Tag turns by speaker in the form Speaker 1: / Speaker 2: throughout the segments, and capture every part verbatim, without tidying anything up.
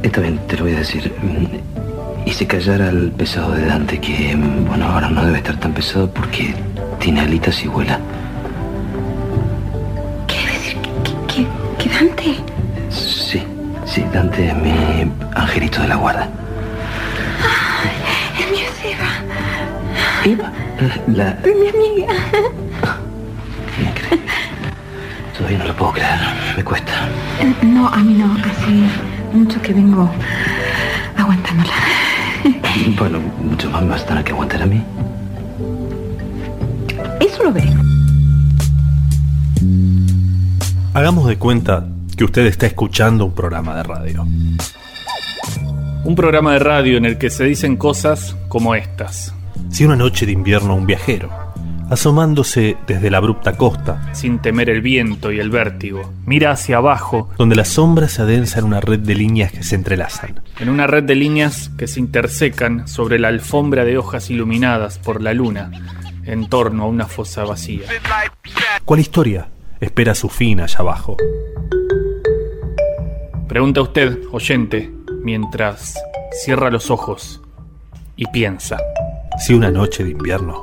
Speaker 1: está bien, te lo voy a decir. Hice callar al pesado de Dante, que, bueno, ahora no debe estar tan pesado porque tiene alitas y vuela.
Speaker 2: ¿Quiere decir que, que, que Dante?
Speaker 1: Sí, sí, Dante es mi angelito de la guarda.
Speaker 2: Ay, es mi Eva.
Speaker 1: ¿Eva? La...
Speaker 2: Es mi amiga.
Speaker 1: Increíble. Todavía no lo puedo creer, me cuesta.
Speaker 2: No, a mí no, hace mucho que vengo aguantándola.
Speaker 1: Bueno, mucho más me vas a tener que aguantar a mí.
Speaker 2: Eso lo veré.
Speaker 3: Hagamos de cuenta que usted está escuchando un programa de radio.
Speaker 4: Un programa de radio en el que se dicen cosas como estas.
Speaker 3: Si una noche de invierno un viajero, asomándose desde la abrupta costa,
Speaker 4: sin temer el viento y el vértigo, mira hacia abajo,
Speaker 3: donde la sombra se adensa en una red de líneas que se entrelazan.
Speaker 4: En una red de líneas que se intersecan sobre la alfombra de hojas iluminadas por la luna, en torno a una fosa vacía.
Speaker 3: ¿Cuál historia espera su fin allá abajo?
Speaker 4: Pregunta usted, oyente, mientras cierra los ojos y piensa.
Speaker 3: Si una noche de invierno.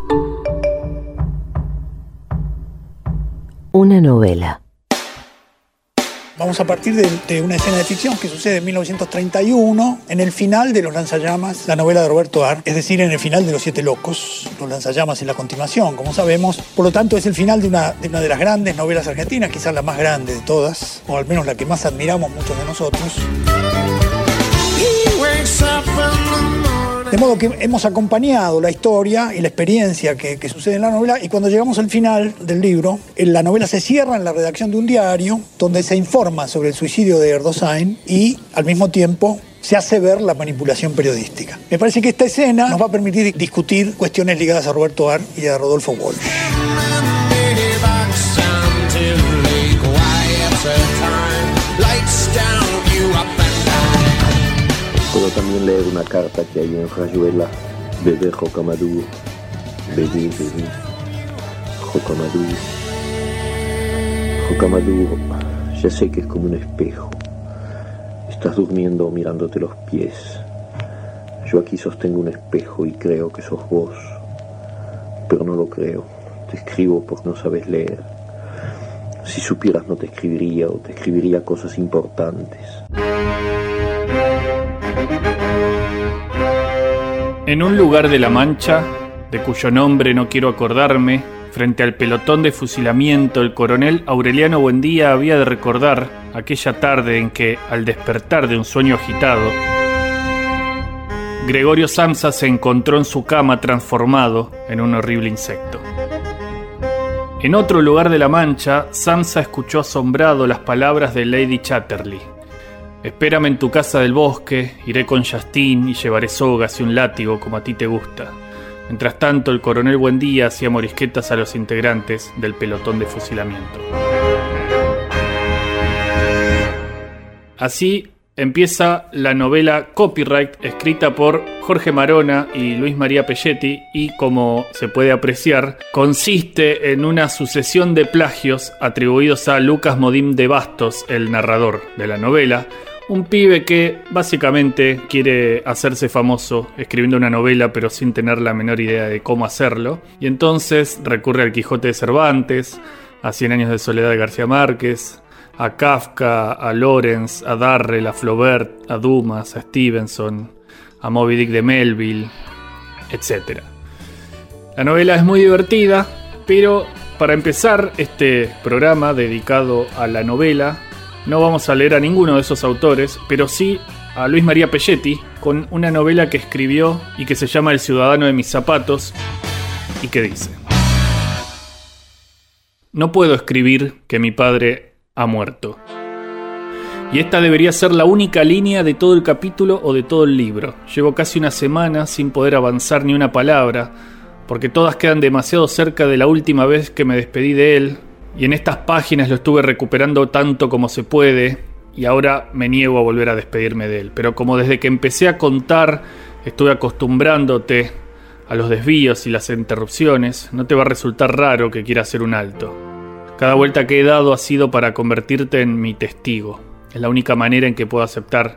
Speaker 5: Una novela.
Speaker 6: Vamos a partir de, de una escena de ficción que sucede en mil novecientos treinta y uno, en el final de Los Lanzallamas, la novela de Roberto Ar, es decir, en el final de Los Siete Locos. Los Lanzallamas es la continuación, como sabemos. Por lo tanto, es el final de una, de una de las grandes novelas argentinas, quizás la más grande de todas, o al menos la que más admiramos muchos de nosotros. De modo que hemos acompañado la historia y la experiencia que, que sucede en la novela, y cuando llegamos al final del libro, la novela se cierra en la redacción de un diario donde se informa sobre el suicidio de Erdosain y al mismo tiempo se hace ver la manipulación periodística. Me parece que esta escena nos va a permitir discutir cuestiones ligadas a Roberto Ar y a Rodolfo Walsh.
Speaker 7: Puedo también leer una carta que hay en Rayuela. Bebé Jocamadú, bebé, bebé, Jocamadú. Jocamadú, ya sé que es como un espejo. Estás durmiendo mirándote los pies. Yo aquí sostengo un espejo y creo que sos vos. Pero no lo creo. Te escribo porque no sabes leer. Si supieras no te escribiría, o te escribiría cosas importantes.
Speaker 4: En un lugar de La Mancha, de cuyo nombre no quiero acordarme, frente al pelotón de fusilamiento, el coronel Aureliano Buendía había de recordar aquella tarde en que, al despertar de un sueño agitado, Gregorio Samsa se encontró en su cama transformado en un horrible insecto. En otro lugar de La Mancha, Samsa escuchó asombrado las palabras de Lady Chatterley. Espérame en tu casa del bosque, iré con Justín y llevaré sogas y un látigo como a ti te gusta. Mientras tanto, el coronel Buendía hacía morisquetas a los integrantes del pelotón de fusilamiento. Así empieza la novela Copyright, escrita por Jorge Marona y Luis María Pelletti, y como se puede apreciar, consiste en una sucesión de plagios atribuidos a Lucas Modim de Bastos, el narrador de la novela, un pibe que básicamente quiere hacerse famoso escribiendo una novela pero sin tener la menor idea de cómo hacerlo, y entonces recurre al Quijote de Cervantes, a Cien años de soledad de García Márquez, a Kafka, a Lawrence, a Darrell, a Flaubert, a Dumas, a Stevenson, a Moby Dick de Melville, etcétera. La novela es muy divertida, pero para empezar este programa dedicado a la novela, no vamos a leer a ninguno de esos autores, pero sí a Luis María Pelletti, con una novela que escribió y que se llama El ciudadano de mis zapatos, y que dice: no puedo escribir que mi padre ha muerto. Y esta debería ser la única línea de todo el capítulo o de todo el libro. Llevo casi una semana sin poder avanzar ni una palabra, porque todas quedan demasiado cerca de la última vez que me despedí de él, y en estas páginas lo estuve recuperando tanto como se puede, y ahora me niego a volver a despedirme de él. Pero como desde que empecé a contar estuve acostumbrándote a los desvíos y las interrupciones, no te va a resultar raro que quiera hacer un alto. Cada vuelta que he dado ha sido para convertirte en mi testigo. Es la única manera en que puedo aceptar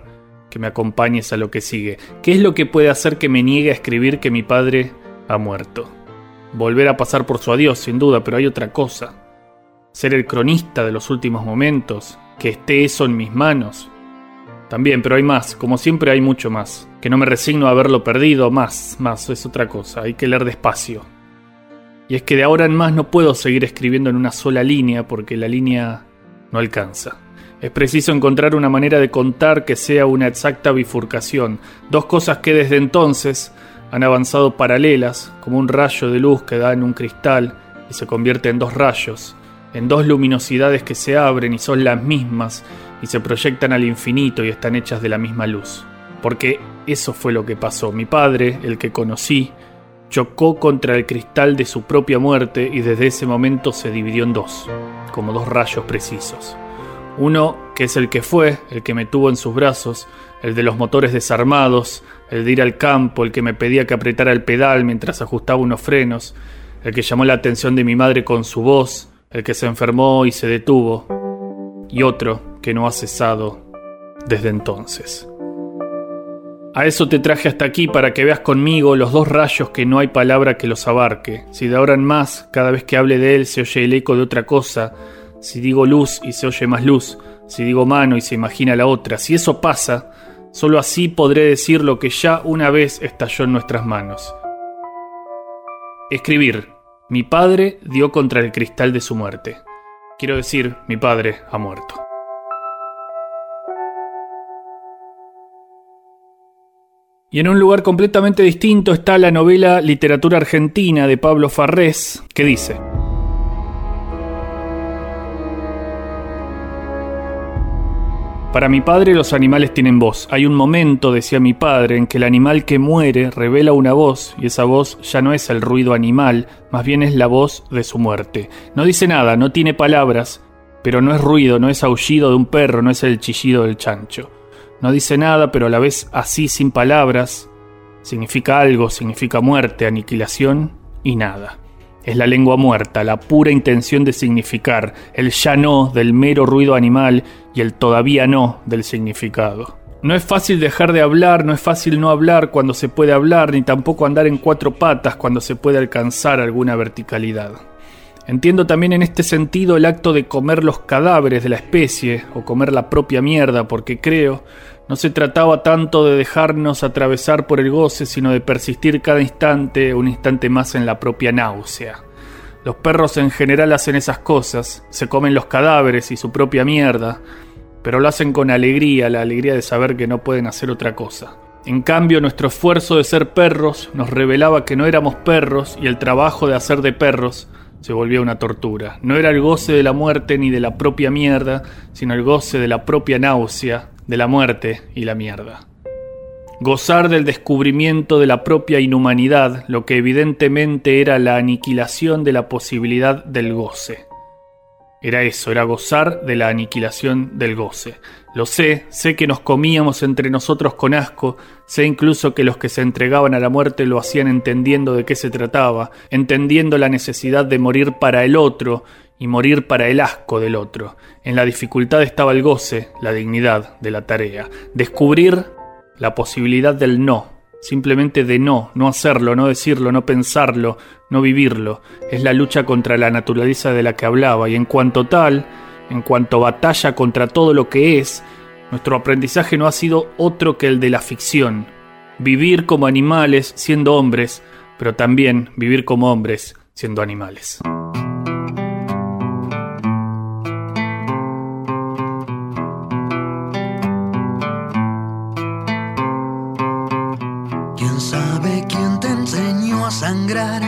Speaker 4: que me acompañes a lo que sigue. ¿Qué es lo que puede hacer que me niegue a escribir que mi padre ha muerto? Volver a pasar por su adiós, sin duda, pero hay otra cosa. Ser el cronista de los últimos momentos, que esté eso en mis manos. También, pero hay más, como siempre hay mucho más. Que no me resigno a haberlo perdido, más, más, es otra cosa, hay que leer despacio. Y es que de ahora en más no puedo seguir escribiendo en una sola línea porque la línea no alcanza. Es preciso encontrar una manera de contar que sea una exacta bifurcación. Dos cosas que desde entonces han avanzado paralelas, como un rayo de luz que da en un cristal y se convierte en dos rayos, en dos luminosidades que se abren y son las mismas y se proyectan al infinito y están hechas de la misma luz. Porque eso fue lo que pasó. Mi padre, el que conocí, chocó contra el cristal de su propia muerte y desde ese momento se dividió en dos, como dos rayos precisos. Uno que es el que fue, el que me tuvo en sus brazos, el de los motores desarmados, el de ir al campo, el que me pedía que apretara el pedal mientras ajustaba unos frenos, el que llamó la atención de mi madre con su voz, el que se enfermó y se detuvo, y otro que no ha cesado desde entonces. A eso te traje hasta aquí para que veas conmigo los dos rayos que no hay palabra que los abarque. Si de ahora en más, cada vez que hable de él se oye el eco de otra cosa, si digo luz y se oye más luz, si digo mano y se imagina la otra, si eso pasa, solo así podré decir lo que ya una vez estalló en nuestras manos. Escribir. Mi padre dio contra el cristal de su muerte. Quiero decir, mi padre ha muerto. Y en un lugar completamente distinto está la novela Literatura Argentina de Pablo Farrés, que dice: Para mi padre los animales tienen voz. Hay un momento, decía mi padre, en que el animal que muere revela una voz, y esa voz ya no es el ruido animal, más bien es la voz de su muerte. No dice nada, no tiene palabras, pero no es ruido, no es aullido de un perro, no es el chillido del chancho. No dice nada, pero a la vez así sin palabras, significa algo, significa muerte, aniquilación y nada. Es la lengua muerta, la pura intención de significar, el ya no del mero ruido animal y el todavía no del significado. No es fácil dejar de hablar, no es fácil no hablar cuando se puede hablar, ni tampoco andar en cuatro patas cuando se puede alcanzar alguna verticalidad. Entiendo también en este sentido el acto de comer los cadáveres de la especie o comer la propia mierda, porque creo no se trataba tanto de dejarnos atravesar por el goce, sino de persistir cada instante, un instante más en la propia náusea. Los perros en general hacen esas cosas, se comen los cadáveres y su propia mierda, pero lo hacen con alegría, la alegría de saber que no pueden hacer otra cosa. En cambio, nuestro esfuerzo de ser perros nos revelaba que no éramos perros y el trabajo de hacer de perros se volvía una tortura. No era el goce de la muerte ni de la propia mierda, sino el goce de la propia náusea, de la muerte y la mierda. Gozar del descubrimiento de la propia inhumanidad, lo que evidentemente era la aniquilación de la posibilidad del goce. Era eso, era gozar de la aniquilación del goce. Lo sé, sé que nos comíamos entre nosotros con asco, sé incluso que los que se entregaban a la muerte lo hacían entendiendo de qué se trataba, entendiendo la necesidad de morir para el otro y morir para el asco del otro. En la dificultad estaba el goce, la dignidad de la tarea. Descubrir la posibilidad del no. Simplemente de no, no hacerlo, no decirlo, no pensarlo, no vivirlo. Es la lucha contra la naturaleza de la que hablaba, y en cuanto tal, en cuanto batalla contra todo lo que es, nuestro aprendizaje no ha sido otro que el de la ficción. Vivir como animales siendo hombres, pero también vivir como hombres siendo animales.
Speaker 8: Sangrar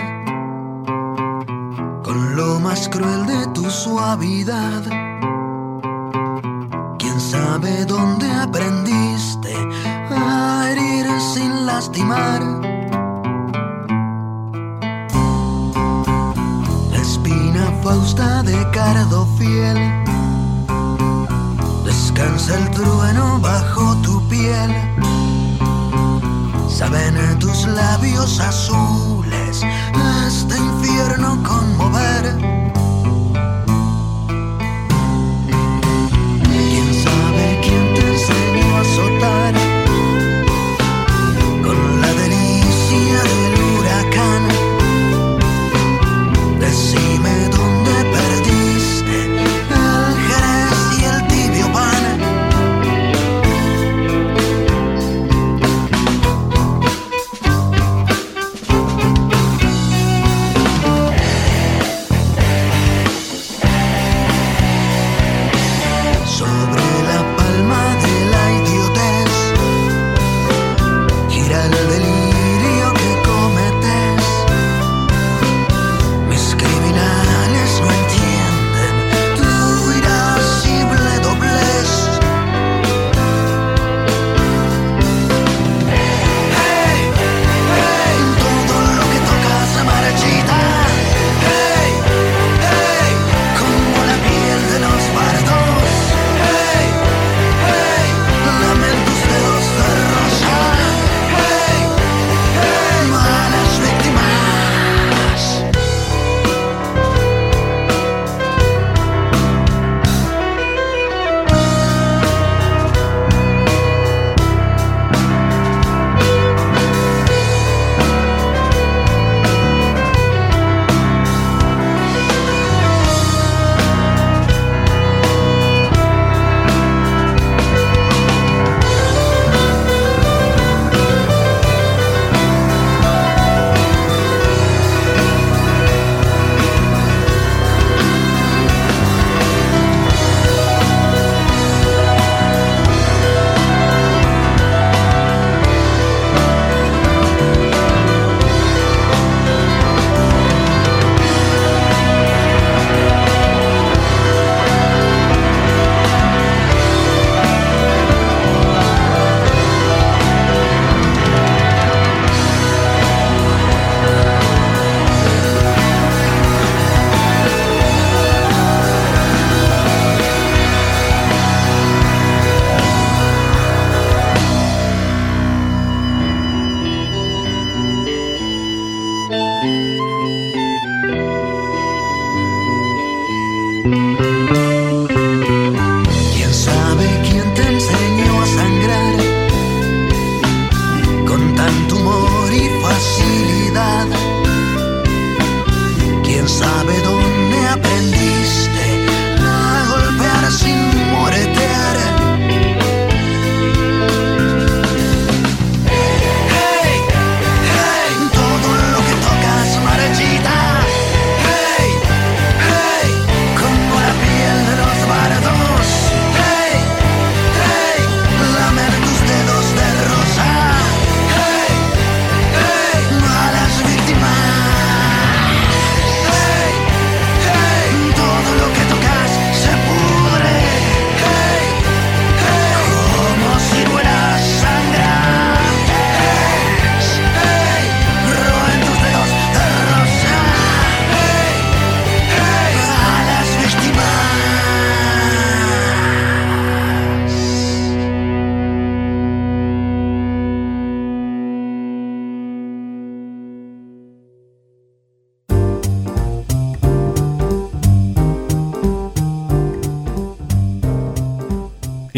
Speaker 8: con lo más cruel de tu suavidad. ¿Quién sabe dónde aprendiste a herir sin lastimar? La espina fausta de cardo fiel, descansa el trueno bajo tu piel. Saben tus labios azules este infierno conmover. ¿Quién sabe quién te enseñó a azotar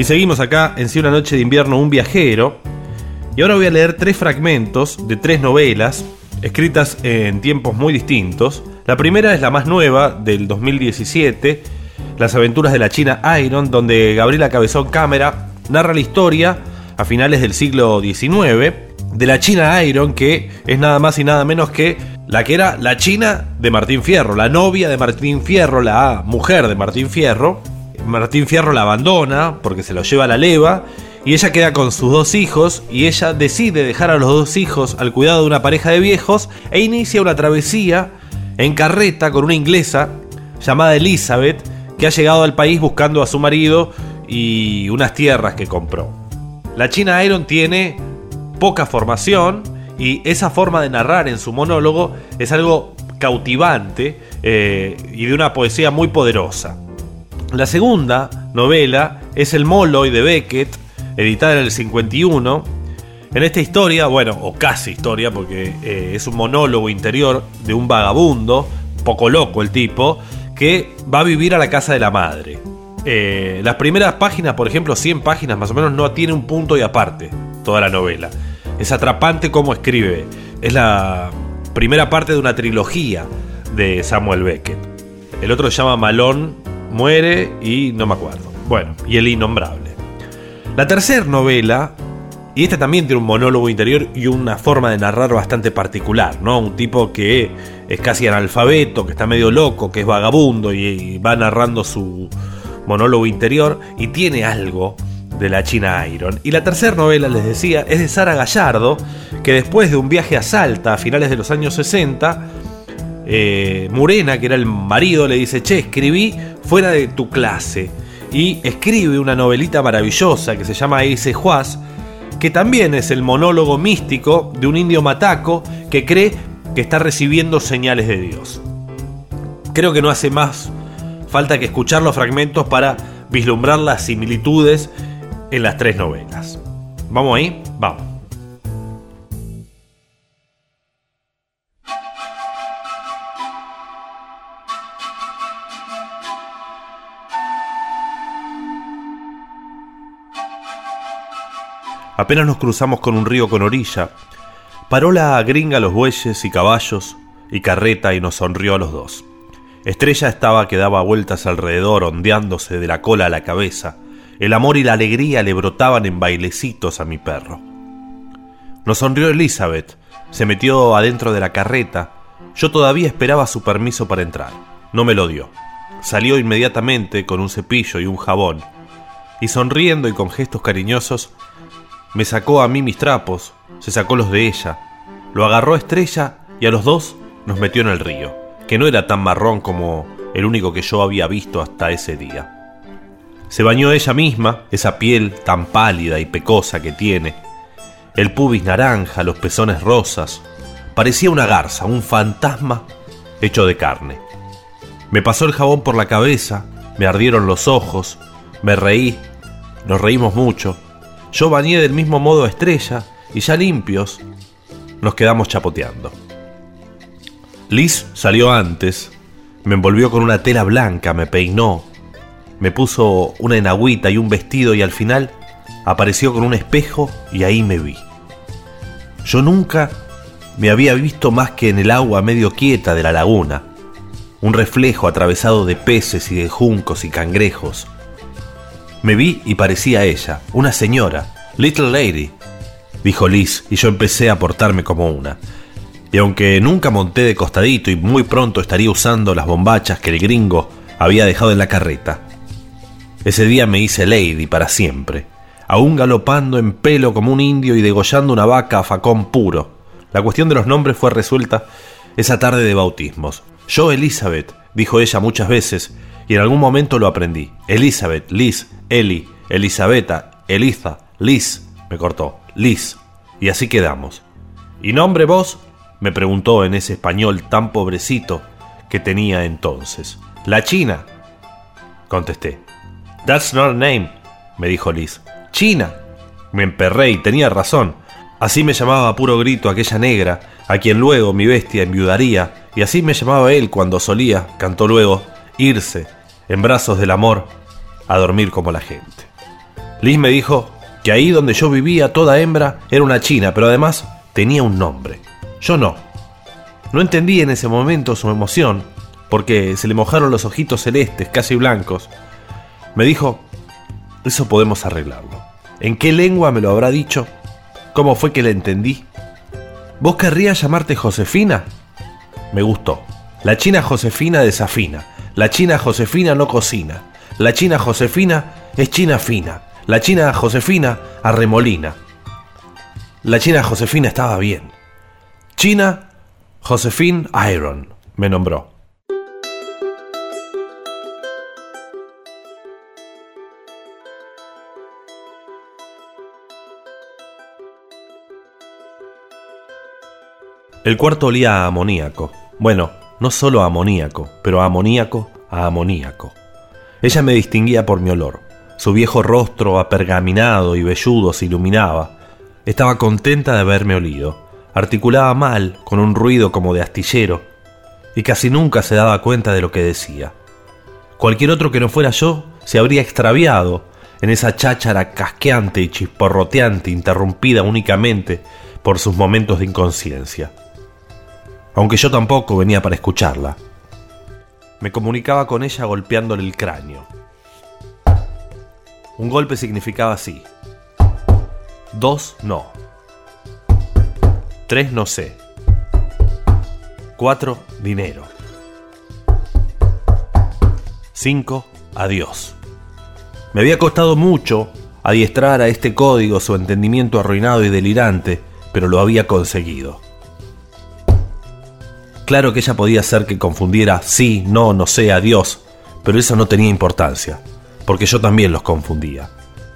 Speaker 3: Y seguimos acá en Si una noche de invierno, un viajero. Y ahora voy a leer tres fragmentos de tres novelas escritas en tiempos muy distintos. La primera es la más nueva, del dos mil diecisiete, Las aventuras de la China Iron, donde Gabriela Cabezón Cámara narra la historia a finales del siglo diecinueve de la China Iron, que es nada más y nada menos que la que era la China de Martín Fierro, la novia de Martín Fierro, la mujer de Martín Fierro. Martín Fierro la abandona porque se lo lleva a la leva y ella queda con sus dos hijos, y ella decide dejar a los dos hijos al cuidado de una pareja de viejos e inicia una travesía en carreta con una inglesa llamada Elizabeth, que ha llegado al país buscando a su marido y unas tierras que compró. La China Iron tiene poca formación y esa forma de narrar en su monólogo es algo cautivante eh, y de una poesía muy poderosa. La segunda novela es El Molloy de Beckett, editada en el cincuenta y uno. En esta historia, bueno, o casi historia, porque eh, es un monólogo interior de un vagabundo, poco loco el tipo, que va a vivir a la casa de la madre. Eh, las primeras páginas, por ejemplo, cien páginas más o menos, no tiene un punto y aparte toda la novela. Es atrapante cómo escribe. Es la primera parte de una trilogía de Samuel Beckett. El otro se llama Malone muere y no me acuerdo. Bueno, y El Innombrable. La tercera novela, y esta también tiene un monólogo interior y una forma de narrar bastante particular, ¿no? Un tipo que es casi analfabeto, que está medio loco, que es vagabundo y va narrando su monólogo interior y tiene algo de la China Iron. Y la tercera novela, les decía, es de Sara Gallardo, que después de un viaje a Salta a finales de los años sesenta, eh, Murena, que era el marido, le dice: che, escribí fuera de tu clase. Y escribe una novelita maravillosa que se llama Ese Juaz, que también es el monólogo místico de un indio mataco que cree que está recibiendo señales de Dios. Creo que no hace más falta que escuchar los fragmentos para vislumbrar las similitudes en las tres novelas. ¿Vamos ahí? Vamos. Apenas nos cruzamos con un río con orilla, paró la gringa los bueyes y caballos y carreta y nos sonrió a los dos. Estrella estaba que daba vueltas alrededor, ondeándose de la cola a la cabeza. El amor y la alegría le brotaban en bailecitos a mi perro. Nos sonrió Elizabeth, se metió adentro de la carreta. Yo todavía esperaba su permiso para entrar. No me lo dio. Salió inmediatamente con un cepillo y un jabón, y sonriendo y con gestos cariñosos, me sacó a mí mis trapos, se sacó los de ella, lo agarró a Estrella y a los dos nos metió en el río, que no era tan marrón como el único que yo había visto hasta ese día. Se bañó ella misma, esa piel tan pálida y pecosa que tiene, el pubis naranja, los pezones rosas, parecía una garza, un fantasma hecho de carne. Me pasó el jabón por la cabeza, me ardieron los ojos, me reí, nos reímos mucho. Yo bañé del mismo modo a Estrella y ya limpios nos quedamos chapoteando. Liz salió antes, me envolvió con una tela blanca, me peinó, me puso una enagüita y un vestido y al final apareció con un espejo y ahí me vi. Yo nunca me había visto más que en el agua medio quieta de la laguna, un reflejo atravesado de peces y de juncos y cangrejos. Me vi y parecía ella, una señora, Little Lady, dijo Liz, y yo empecé a portarme como una. Y aunque nunca monté de costadito y muy pronto estaría usando las bombachas que el gringo había dejado en la carreta, ese día me hice Lady para siempre, aún galopando en pelo como un indio y degollando una vaca a facón puro. La cuestión de los nombres fue resuelta esa tarde de bautismos. Yo, Elizabeth, dijo ella muchas veces, y en algún momento lo aprendí. Elizabeth, Liz, Eli, Elisabetta, Eliza, Liz, me cortó, Liz, y así quedamos. ¿Y nombre vos?, me preguntó en ese español tan pobrecito que tenía entonces. La China, contesté. That's not a name, me dijo Liz. China. Me emperré y tenía razón. Así me llamaba a puro grito aquella negra, a quien luego mi bestia enviudaría, y así me llamaba él cuando solía, cantó luego, irse, en brazos del amor, a dormir como la gente. Liz me dijo que ahí donde yo vivía toda hembra era una china, pero además tenía un nombre. Yo no. No entendí en ese momento su emoción, porque se le mojaron los ojitos celestes, casi blancos. Me dijo, eso podemos arreglarlo. ¿En qué lengua me lo habrá dicho? ¿Cómo fue que le entendí? ¿Vos querrías llamarte Josefina? Me gustó. La china Josefina desafina. La china Josefina no cocina. La china Josefina es china fina. La china Josefina arremolina. La china Josefina estaba bien. China Josephine Iron me nombró. El cuarto olía a amoníaco. Bueno, no solo a amoníaco, pero a amoníaco a amoníaco. Ella me distinguía por mi olor. Su viejo rostro apergaminado y velludo se iluminaba. Estaba contenta de haberme olido. Articulaba mal, con un ruido como de astillero, y casi nunca se daba cuenta de lo que decía. Cualquier otro que no fuera yo se habría extraviado en esa cháchara casqueante y chisporroteante, interrumpida únicamente por sus momentos de inconsciencia. Aunque yo tampoco venía para escucharla. Me comunicaba con ella golpeándole el cráneo. Un golpe significaba sí. Dos, no. Tres, no sé. Cuatro, dinero. Cinco, adiós. Me había costado mucho adiestrar a este código su entendimiento arruinado y delirante, pero lo había conseguido. Claro que ella podía hacer que confundiera sí, no, no sé, adiós, pero eso no tenía importancia, porque yo también los confundía.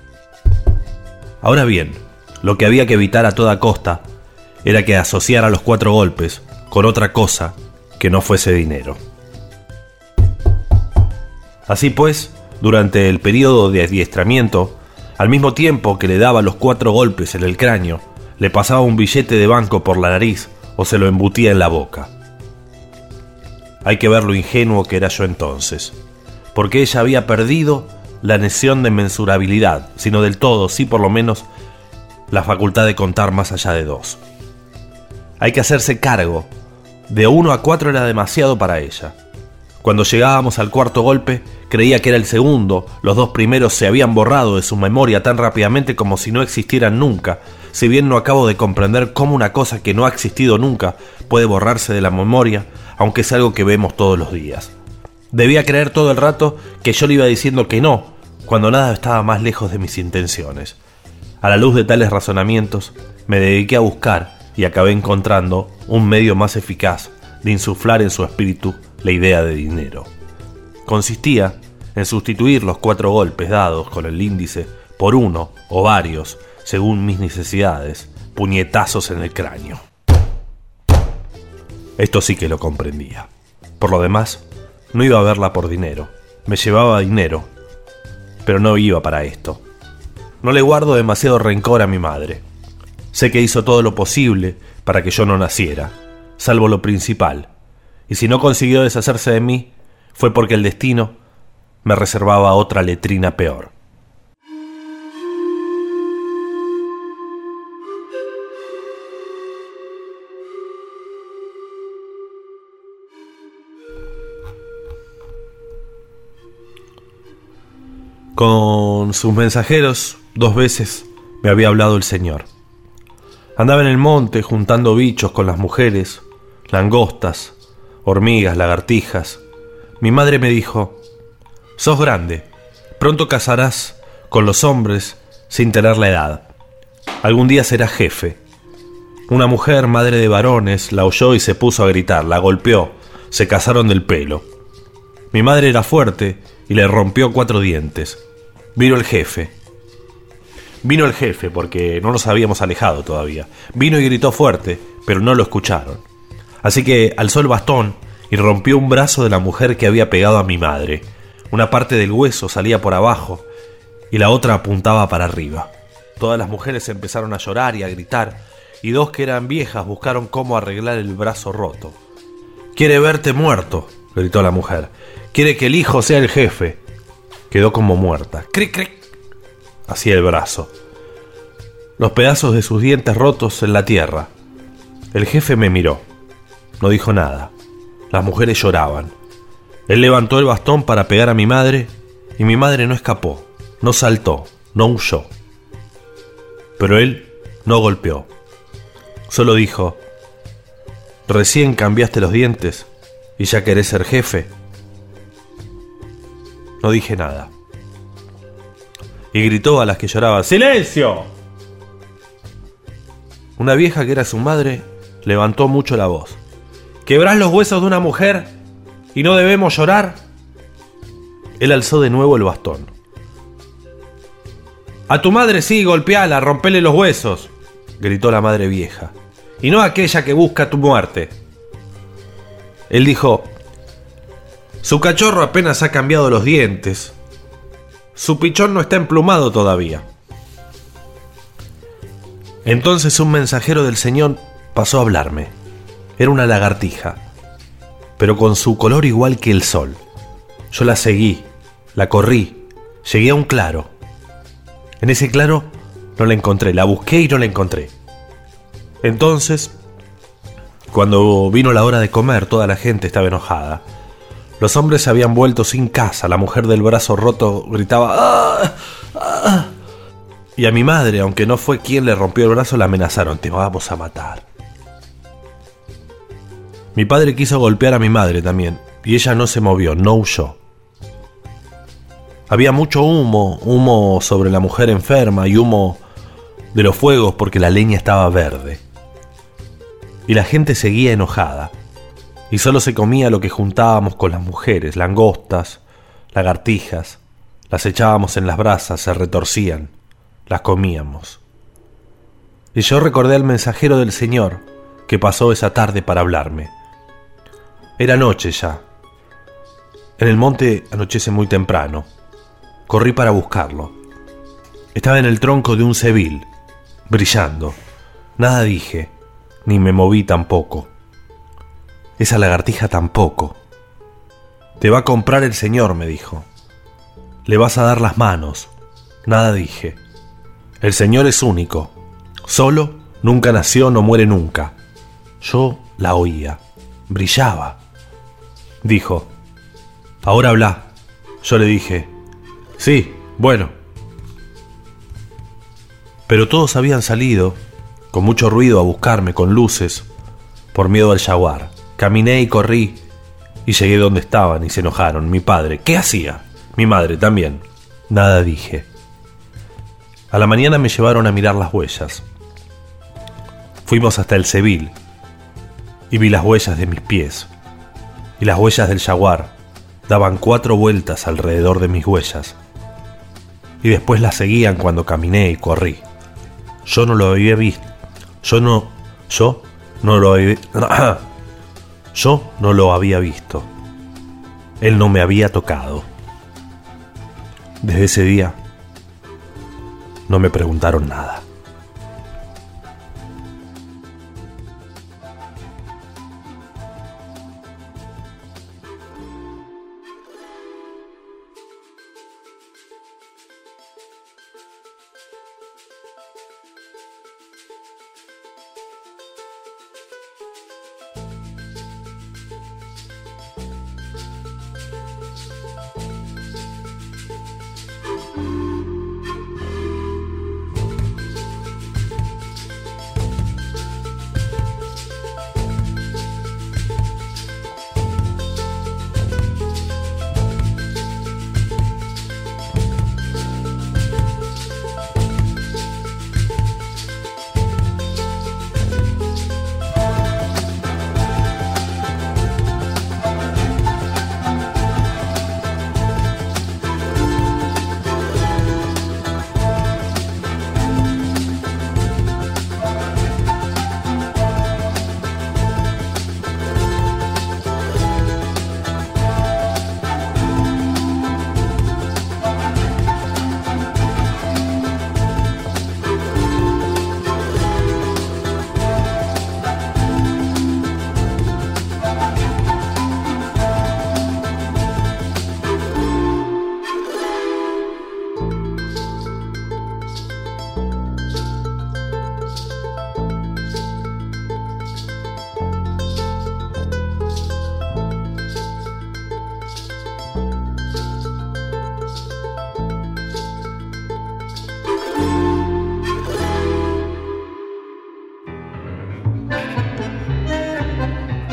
Speaker 3: Ahora bien, lo que había que evitar a toda costa era que asociara los cuatro golpes con otra cosa que no fuese dinero. Así pues, durante el periodo de adiestramiento, al mismo tiempo que le daba los cuatro golpes en el cráneo, le pasaba un billete de banco por la nariz o se lo embutía en la boca. Hay que ver lo ingenuo que era yo entonces, porque ella había perdido la noción de mensurabilidad, sino del todo, sí por lo menos, la facultad de contar más allá de dos. Hay que hacerse cargo. De uno a cuatro era demasiado para ella. Cuando llegábamos al cuarto golpe, creía que era el segundo. Los dos primeros se habían borrado de su memoria tan rápidamente como si no existieran nunca, si bien no acabo de comprender cómo una cosa que no ha existido nunca puede borrarse de la memoria, aunque es algo que vemos todos los días. Debía creer todo el rato que yo le iba diciendo que no, cuando nada estaba más lejos de mis intenciones. A la luz de tales razonamientos, me dediqué a buscar y acabé encontrando un medio más eficaz de insuflar en su espíritu la idea de dinero. Consistía en sustituir los cuatro golpes dados con el índice por uno o varios, según mis necesidades, puñetazos en el cráneo. Esto sí que lo comprendía. Por lo demás, no iba a verla por dinero. Me llevaba dinero, pero no iba para esto. No le guardo demasiado rencor a mi madre. Sé que hizo todo lo posible para que yo no naciera, salvo lo principal, y si no consiguió deshacerse de mí, fue porque el destino me reservaba otra letrina peor. Con sus mensajeros, dos veces me había hablado el Señor. Andaba en el monte juntando bichos con las mujeres, langostas, hormigas, lagartijas. Mi madre me dijo: sos grande, pronto casarás con los hombres sin tener la edad. Algún día serás jefe. Una mujer, madre de varones, la oyó y se puso a gritar, la golpeó, se casaron del pelo. Mi madre era fuerte y le rompió cuatro dientes. Vino el jefe. Vino el jefe porque no nos habíamos alejado todavía. Vino y gritó fuerte, pero no lo escucharon. Así que alzó el bastón y rompió un brazo de la mujer que había pegado a mi madre. Una parte del hueso salía por abajo y la otra apuntaba para arriba. Todas las mujeres empezaron a llorar y a gritar, y dos que eran viejas buscaron cómo arreglar el brazo roto. «Quiere verte muerto», gritó la mujer. «Quiere que el hijo sea el jefe». Quedó como muerta. «Cric, cric». hacia el brazo. Los pedazos de sus dientes rotos en la tierra. El jefe me miró. No dijo nada. Las mujeres lloraban. Él levantó el bastón para pegar a mi madre y mi madre no escapó, no saltó, no huyó. Pero él no golpeó. Solo dijo: «¿Recién cambiaste los dientes y ya querés ser jefe?» No dije nada. Y gritó a las que lloraban: «¡Silencio!». Una vieja que era su madre levantó mucho la voz: «¿Quebrás los huesos de una mujer y no debemos llorar?». Él alzó de nuevo el bastón. «A tu madre sí, golpeala, rompele los huesos», gritó la madre vieja, «y no aquella que busca tu muerte». Él dijo: «Su cachorro apenas ha cambiado los dientes. Su pichón no está emplumado todavía». Entonces un mensajero del Señor pasó a hablarme. Era una lagartija, pero con su color igual que el sol. Yo la seguí, la corrí, llegué a un claro. En ese claro no la encontré, la busqué y no la encontré. Entonces, cuando vino la hora de comer, toda la gente estaba enojada. Los hombres se habían vuelto sin casa, la mujer del brazo roto gritaba «¡Ah! ¡Ah!». Y a mi madre, aunque no fue quien le rompió el brazo, la amenazaron: «Te vamos a matar». Mi padre quiso golpear a mi madre también, y ella no se movió, no huyó. Había mucho humo, humo sobre la mujer enferma y humo de los fuegos porque la leña estaba verde. Y la gente seguía enojada, y solo se comía lo que juntábamos con las mujeres: langostas, lagartijas. Las echábamos en las brasas, se retorcían, las comíamos. Y yo recordé al mensajero del Señor que pasó esa tarde para hablarme. Era noche ya. En el monte anochece muy temprano. Corrí para buscarlo. Estaba en el tronco de un cebil, brillando. Nada dije, ni me moví tampoco. Esa lagartija tampoco. «Te va a comprar el Señor», me dijo. «Le vas a dar las manos». Nada dije. El Señor es único. Solo, nunca nació, no muere nunca. Yo la oía. Brillaba. Dijo: «Ahora habla». Yo le dije: «Sí, bueno». Pero todos habían salido, con mucho ruido, a buscarme, con luces, por miedo al jaguar. Caminé y corrí, y llegué donde estaban, y se enojaron. Mi padre: «¿Qué hacía?». Mi madre también. Nada dije. A la mañana me llevaron a mirar las huellas. Fuimos hasta el cebil, y vi las huellas de mis pies, y las huellas del jaguar daban cuatro vueltas alrededor de mis huellas, y después las seguían cuando caminé y corrí. Yo no lo había visto. Yo no... Yo no lo había... Yo no lo había visto. Él no me había tocado. Desde ese día no me preguntaron nada.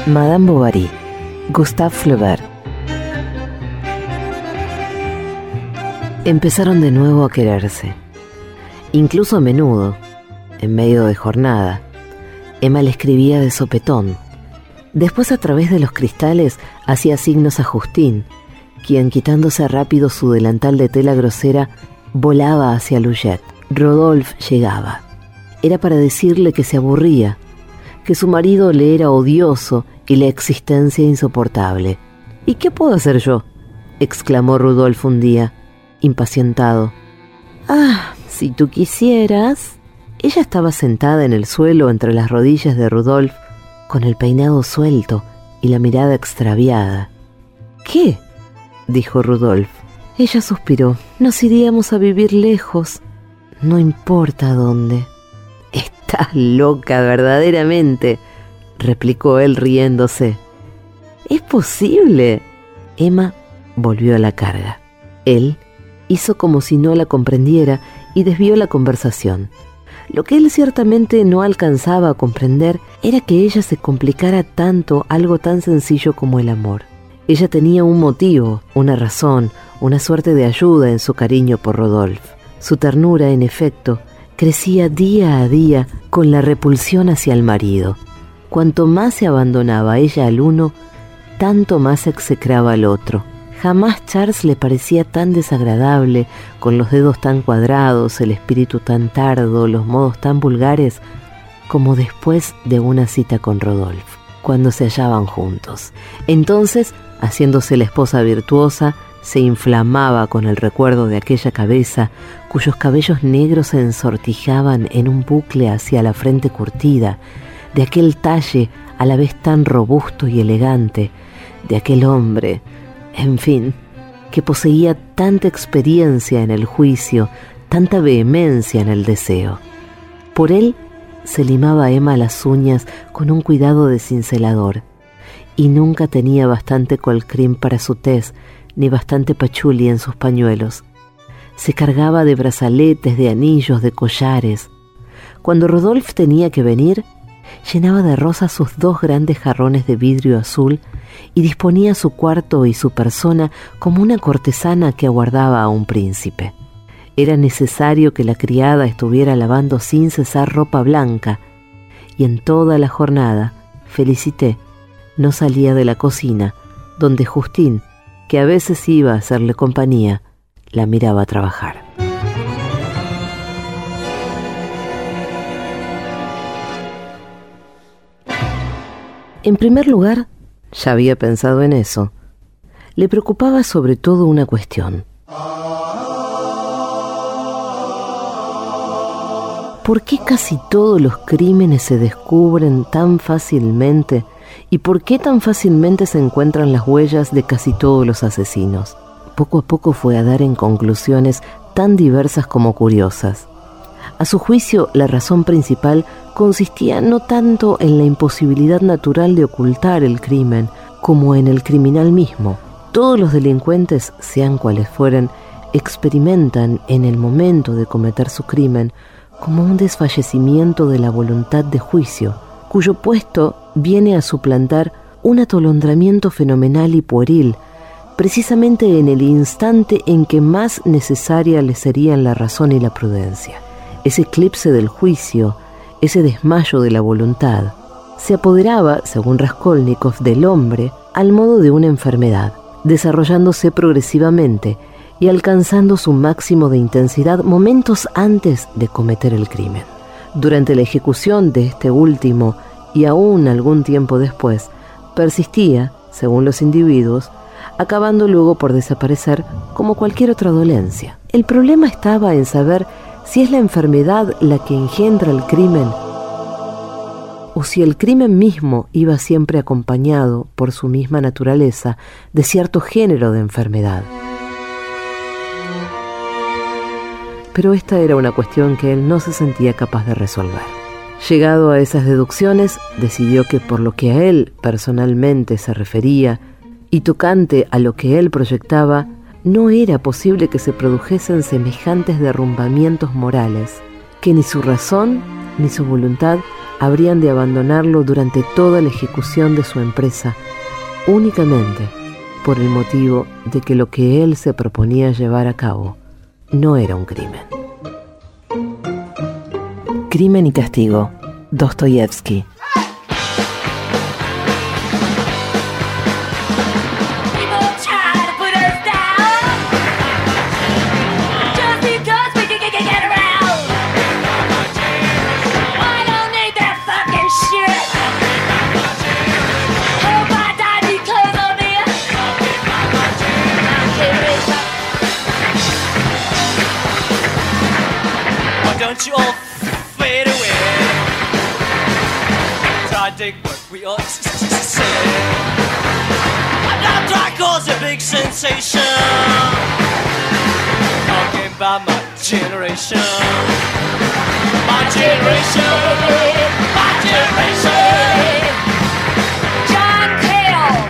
Speaker 5: Madame Bovary, Gustave Flaubert. Empezaron de nuevo a quererse. Incluso a menudo, en medio de jornada, Emma le escribía de sopetón. Después, a través de los cristales, hacía signos a Justín, quien, quitándose rápido su delantal de tela grosera, volaba hacia Loujet. Rodolphe llegaba. Era para decirle que se aburría, que su marido le era odioso y la existencia insoportable. ¿Y qué puedo hacer yo?, exclamó Rodolphe un día, impacientado. «Ah, si tú quisieras». Ella estaba sentada en el suelo entre las rodillas de Rodolphe, con el peinado suelto y la mirada extraviada. «¿Qué?», dijo Rodolphe. Ella suspiró. «Nos iríamos a vivir lejos. No importa dónde». «Estás loca, verdaderamente», replicó él riéndose. «¿Es posible?». Emma volvió a la carga. Él hizo como si no la comprendiera y desvió la conversación. Lo que él ciertamente no alcanzaba a comprender era que ella se complicara tanto algo tan sencillo como el amor. Ella tenía un motivo, una razón, una suerte de ayuda en su cariño por Rodolphe. Su ternura, en efecto, crecía día a día con la repulsión hacia el marido. Cuanto más se abandonaba ella al uno, tanto más execraba al otro. Jamás Charles le parecía tan desagradable, con los dedos tan cuadrados, el espíritu tan tardo, los modos tan vulgares, como después de una cita con Rodolphe, cuando se hallaban juntos. Entonces, haciéndose la esposa virtuosa, se inflamaba con el recuerdo de aquella cabeza, cuyos cabellos negros se ensortijaban en un bucle hacia la frente curtida, de aquel talle a la vez tan robusto y elegante, de aquel hombre, en fin, que poseía tanta experiencia en el juicio, tanta vehemencia en el deseo. Por él se limaba Emma las uñas con un cuidado de cincelador, y nunca tenía bastante colcrín para su tez, ni bastante pachuli en sus pañuelos. Se cargaba de brazaletes, de anillos, de collares. Cuando Rodolphe tenía que venir, llenaba de rosas sus dos grandes jarrones de vidrio azul y disponía su cuarto y su persona como una cortesana que aguardaba a un príncipe. Era necesario que la criada estuviera lavando sin cesar ropa blanca, y en toda la jornada Félicité no salía de la cocina, donde Justín, que a veces iba a hacerle compañía, la miraba trabajar. En primer lugar, ya había pensado en eso, le preocupaba sobre todo una cuestión. ¿Por qué casi todos los crímenes se descubren tan fácilmente y por qué tan fácilmente se encuentran las huellas de casi todos los asesinos? Poco a poco fue a dar en conclusiones tan diversas como curiosas. A su juicio, la razón principal consistía no tanto en la imposibilidad natural de ocultar el crimen, como en el criminal mismo. Todos los delincuentes, sean cuales fueren, experimentan en el momento de cometer su crimen como un desfallecimiento de la voluntad de juicio, cuyo puesto viene a suplantar un atolondramiento fenomenal y pueril, precisamente en el instante en que más necesaria le serían la razón y la prudencia. Ese eclipse del juicio, ese desmayo de la voluntad, se apoderaba, según Raskolnikov, del hombre al modo de una enfermedad, desarrollándose progresivamente y alcanzando su máximo de intensidad momentos antes de cometer el crimen. Durante la ejecución de este último y aún algún tiempo después, persistía, según los individuos, acabando luego por desaparecer como cualquier otra dolencia. El problema estaba en saber si es la enfermedad la que engendra el crimen o si el crimen mismo iba siempre acompañado, por su misma naturaleza, de cierto género de enfermedad. Pero esta era una cuestión que él no se sentía capaz de resolver. Llegado a esas deducciones, decidió que por lo que a él personalmente se refería y tocante a lo que él proyectaba, no era posible que se produjesen semejantes derrumbamientos morales, que ni su razón ni su voluntad habrían de abandonarlo durante toda la ejecución de su empresa, únicamente por el motivo de que lo que él se proponía llevar a cabo no era un crimen. Crimen y castigo, Dostoyevsky.
Speaker 9: Don't you all fade away? Try to dig what we ought to say. Now try cause a big sensation. Talking about my generation. My generation. My generation. John Cale.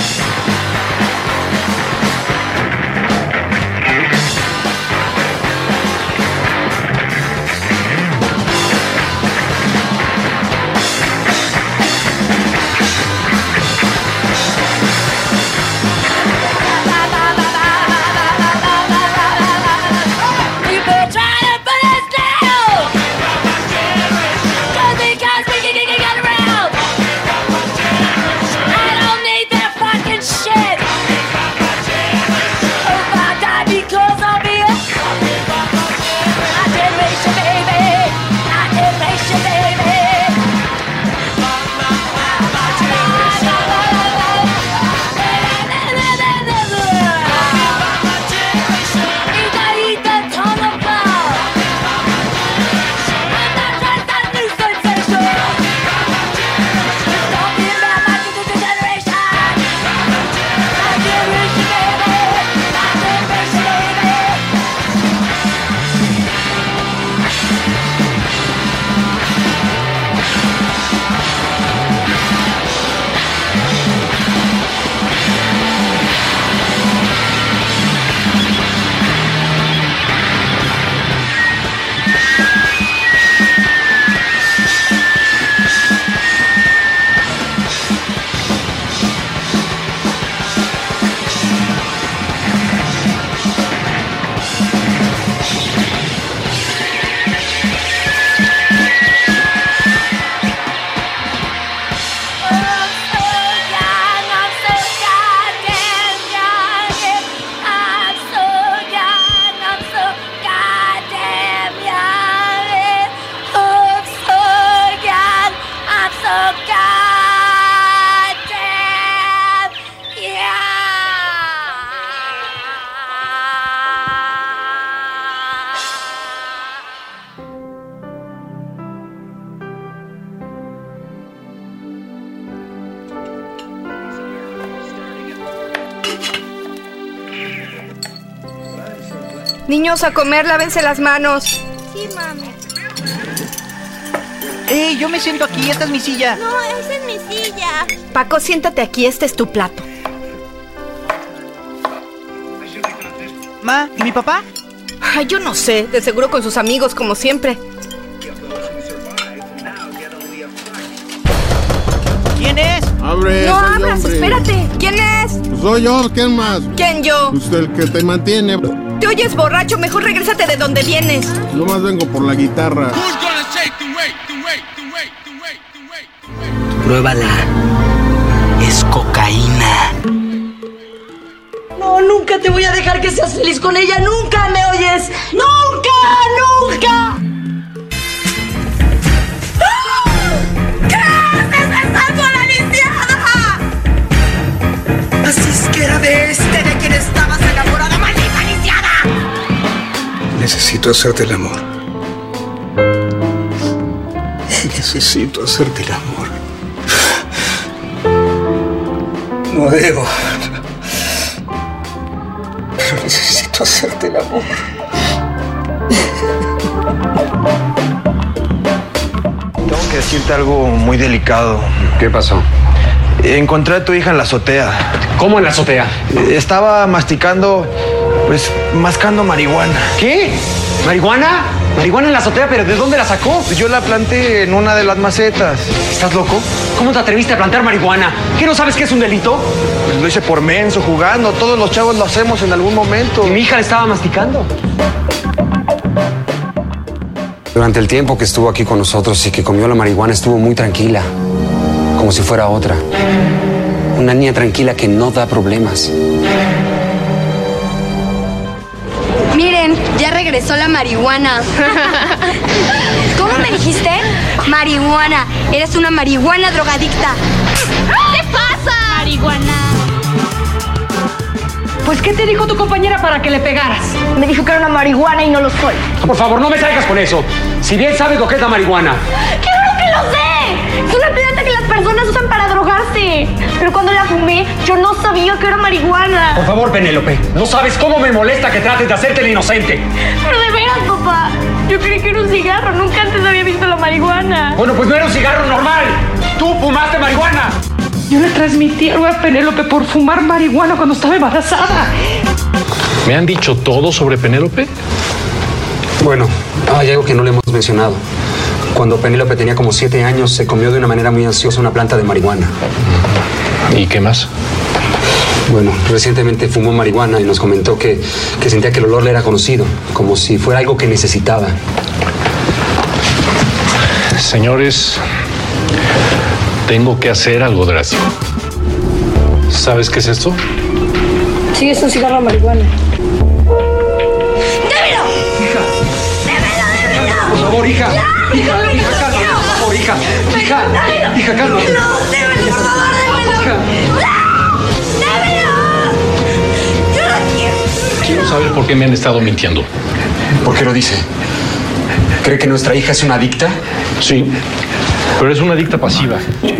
Speaker 10: Niños, a comer, lávense las manos.
Speaker 11: Sí, mami.
Speaker 12: ¡Ey, yo me siento aquí! ¡Esta es mi silla!
Speaker 11: No, esa es mi silla.
Speaker 10: Paco, siéntate aquí, este es tu plato.
Speaker 12: Ma, ¿y mi papá?
Speaker 10: Ay, yo no sé, de seguro con sus amigos, como siempre.
Speaker 12: ¿Quién es?
Speaker 13: ¡Abre!
Speaker 10: No abras, espérate. ¿Quién es?
Speaker 13: Soy yo, ¿quién más?
Speaker 10: ¿Quién yo?
Speaker 13: Usted el que te mantiene.
Speaker 10: Te oyes borracho, mejor regrésate de donde vienes.
Speaker 13: Yo más vengo por la guitarra.
Speaker 14: Pruébala. Es cocaína.
Speaker 15: No, nunca te voy a dejar que seas feliz con ella. Nunca, ¿me oyes? ¡Nunca! ¡Nunca! ¿Qué haces besando a la lisiada? Así es que era de este de quien estabas enamorada, maldita lisiada.
Speaker 16: Necesito hacerte el amor. Necesito hacerte el amor. No debo. Pero necesito hacerte el amor.
Speaker 17: Tengo que decirte algo muy delicado.
Speaker 16: ¿Qué pasó?
Speaker 17: Encontré a tu hija en la azotea.
Speaker 16: ¿Cómo en la azotea?
Speaker 17: Estaba masticando, pues, mascando marihuana.
Speaker 16: ¿Qué? ¿Marihuana? Marihuana en la azotea, ¿pero de dónde la sacó?
Speaker 17: Yo la planté en una de las macetas.
Speaker 16: ¿Estás loco? ¿Cómo te atreviste a plantar marihuana? ¿Qué, no sabes que es un delito?
Speaker 17: Pues lo hice por menso, jugando. Todos los chavos lo hacemos en algún momento.
Speaker 16: ¿Y mi hija le estaba masticando?
Speaker 18: Durante el tiempo que estuvo aquí con nosotros y que comió la marihuana, estuvo muy tranquila. Como si fuera otra. Una niña tranquila que no da problemas.
Speaker 19: Miren, ya regresó la marihuana. ¿Cómo me dijiste? Marihuana. Eres una marihuana drogadicta. ¿Qué pasa? Marihuana.
Speaker 20: Pues, ¿qué te dijo tu compañera para que le pegaras?
Speaker 19: Me dijo que era una marihuana y no lo soy.
Speaker 16: Por favor, no me salgas con eso. Si bien sabes lo que es la marihuana.
Speaker 19: ¡Claro que lo sé! Es una planta que las personas usan para drogarse. Pero cuando la fumé, yo no sabía que era marihuana.
Speaker 16: Por favor, Penélope, no sabes cómo me molesta que trates de hacerte el inocente.
Speaker 19: Pero de veras, papá. Yo creí que era un cigarro. Nunca antes había visto la marihuana.
Speaker 16: Bueno, pues no era un cigarro normal. Tú fumaste marihuana.
Speaker 20: Yo le transmití algo a Penélope por fumar marihuana cuando estaba embarazada.
Speaker 21: ¿Me han dicho todo sobre Penélope?
Speaker 18: Bueno, hay algo que no le hemos mencionado. Cuando Penélope tenía como siete años, se comió de una manera muy ansiosa una planta de marihuana.
Speaker 21: ¿Y qué más?
Speaker 18: Bueno, recientemente fumó marihuana y nos comentó que, que sentía que el olor le era conocido, como si fuera algo que necesitaba.
Speaker 21: Señores, tengo que hacer algo drástico. ¿Sabes qué es esto?
Speaker 19: Sí, es un cigarro de marihuana.
Speaker 16: Por favor, hija. Hija, hija, calma. Por favor, hija. Hija, hija, calma.
Speaker 19: No, démelo, por favor, démelo. ¡Démelo! Yo no quiero.
Speaker 21: Quiero saber por qué me han estado mintiendo.
Speaker 18: ¿Por qué lo dice? ¿Cree que nuestra hija es una adicta?
Speaker 21: Sí, pero es una adicta pasiva.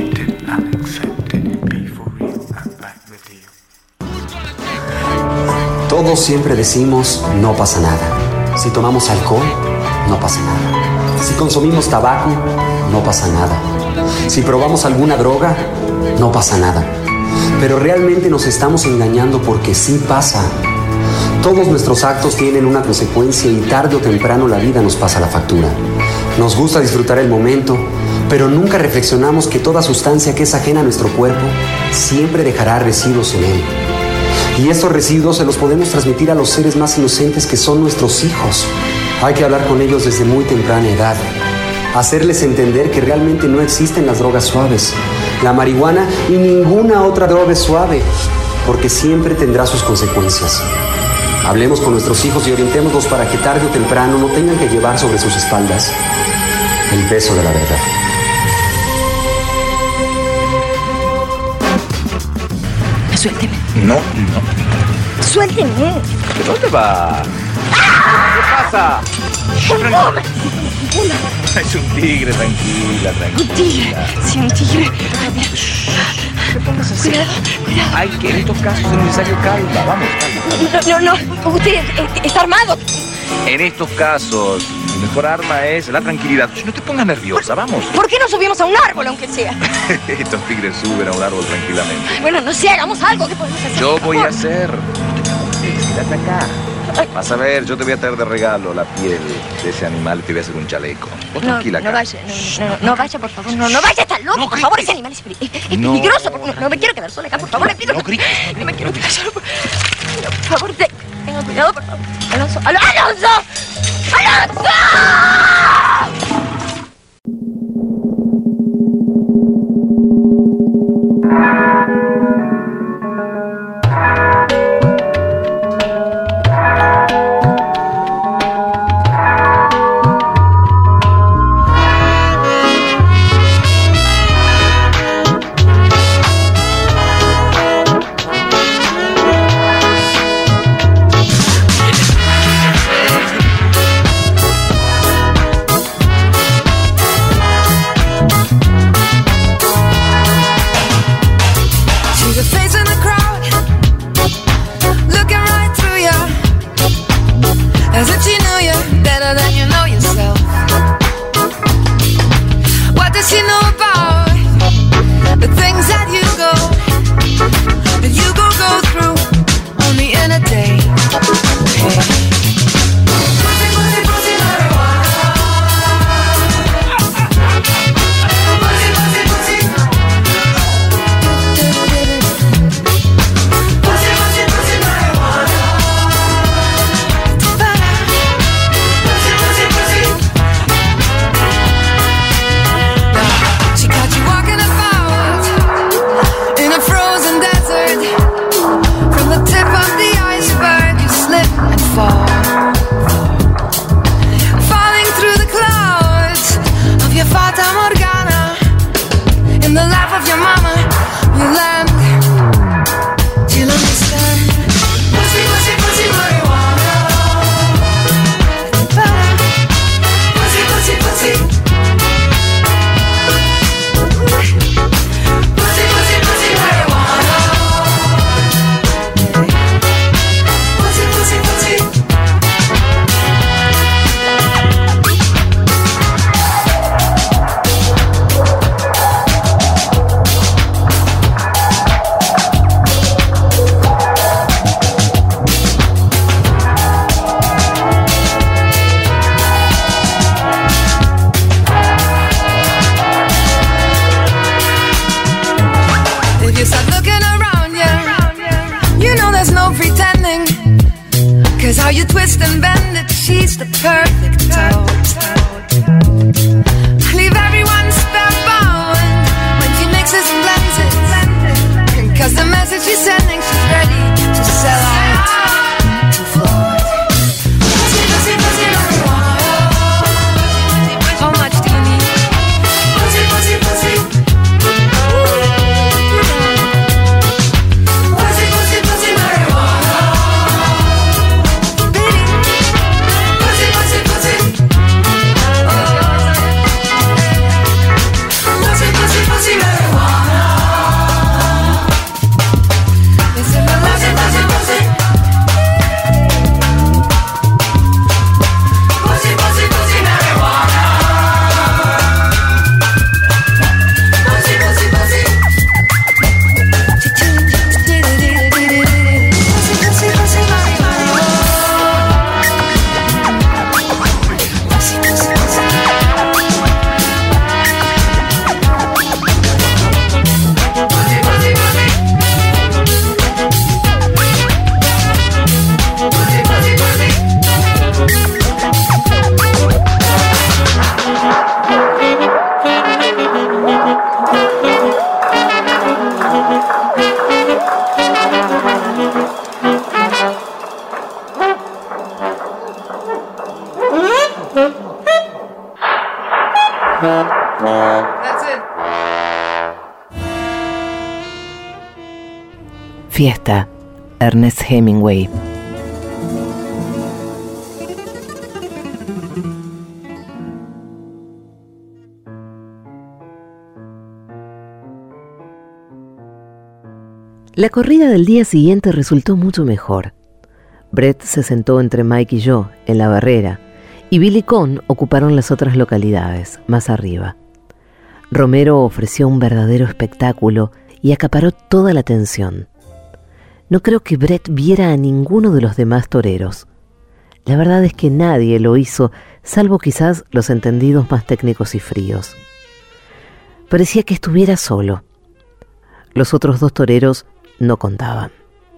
Speaker 18: Todos siempre decimos, no pasa nada. Si tomamos alcohol, no pasa nada. Si consumimos tabaco, no pasa nada. Si probamos alguna droga, no pasa nada. Pero realmente nos estamos engañando porque sí pasa. Todos nuestros actos tienen una consecuencia y tarde o temprano la vida nos pasa la factura. Nos gusta disfrutar el momento, pero nunca reflexionamos que toda sustancia que es ajena a nuestro cuerpo siempre dejará residuos en él. Y estos residuos se los podemos transmitir a los seres más inocentes que son nuestros hijos. Hay que hablar con ellos desde muy temprana edad. Hacerles entender que realmente no existen las drogas suaves. La marihuana y ninguna otra droga es suave, porque siempre tendrá sus consecuencias. Hablemos con nuestros hijos y orientémoslos para que tarde o temprano no tengan que llevar sobre sus espaldas el peso de la verdad.
Speaker 19: Suélteme.
Speaker 17: No, no.
Speaker 19: Suélteme.
Speaker 17: ¿De dónde va? ¿Qué pasa? Es un tigre, tranquila, tranquila.
Speaker 19: Un tigre. Sí, un tigre. A ver.
Speaker 17: No te pongas así.
Speaker 19: Cuidado, cuidado.
Speaker 17: Hay que en estos casos es necesario calma. Vamos, calma.
Speaker 19: No, no, no. Usted eh, está armado.
Speaker 17: En estos casos, mi mejor arma es la tranquilidad. No te pongas nerviosa, vamos.
Speaker 19: ¿Por qué no subimos a un árbol, aunque sea?
Speaker 17: Estos tigres suben a un árbol tranquilamente.
Speaker 19: Bueno, no sé, hagamos algo. ¿Qué podemos hacer?
Speaker 17: Yo voy a hacer. No te preocupes, quédate acá. Vas a ver, yo te voy a traer de regalo la piel de ese animal y te voy a hacer un chaleco. Vos
Speaker 19: no,
Speaker 17: tranquila acá.
Speaker 19: No vaya, no, no, no vaya, por favor. No, no vaya, está loco.
Speaker 17: No
Speaker 19: por
Speaker 17: grites.
Speaker 19: favor, ese animal es, es, es
Speaker 17: No.
Speaker 19: peligroso. No, no me quiero quedar sola acá, por favor. Le pido.
Speaker 17: No grites.
Speaker 19: No me quiero quedar sola. Por, no, por favor, te, tenga cuidado, por favor. Alonso, Al- Alonso. ¡Alonso!
Speaker 15: Fata Morgana. In the life of your mama, you land till understand. Pussy, pussy, pussy, marijuana. Pussy, pussy, pussy. Pussy, pussy, pussy, marijuana. Pussy, pussy, pussy. If you start looking around you, you know there's no pretending. Cause how you twist and bend it, she's the perfect toast. Leave everyone spellbound when she mixes and blends it. Cause the message she's sending, she's ready to sell out to flood. Pussy, pussy, pussy, marijuana. How much do you need? Pussy, pussy, pussy. Pussy, pussy, pussy, marijuana. Pussy, pussy, pussy. Pussy, pussy, pussy, marijuana. This is my pussy, pussy, pussy. Pussy, pussy, pussy, marijuana. Pussy, pussy, pussy. That's it.
Speaker 5: Fiesta, Ernest Hemingway. La corrida del día siguiente resultó mucho mejor. Brett se sentó entre Mike y yo, en la barrera, y Bill y Con ocuparon las otras localidades, más arriba. Romero ofreció un verdadero espectáculo y acaparó toda la atención. No creo que Brett viera a ninguno de los demás toreros. La verdad es que nadie lo hizo, salvo quizás los entendidos más técnicos y fríos. Parecía que estuviera solo. Los otros dos toreros no contaban.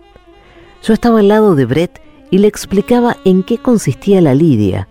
Speaker 5: Yo estaba al lado de Brett y le explicaba en qué consistía la lidia.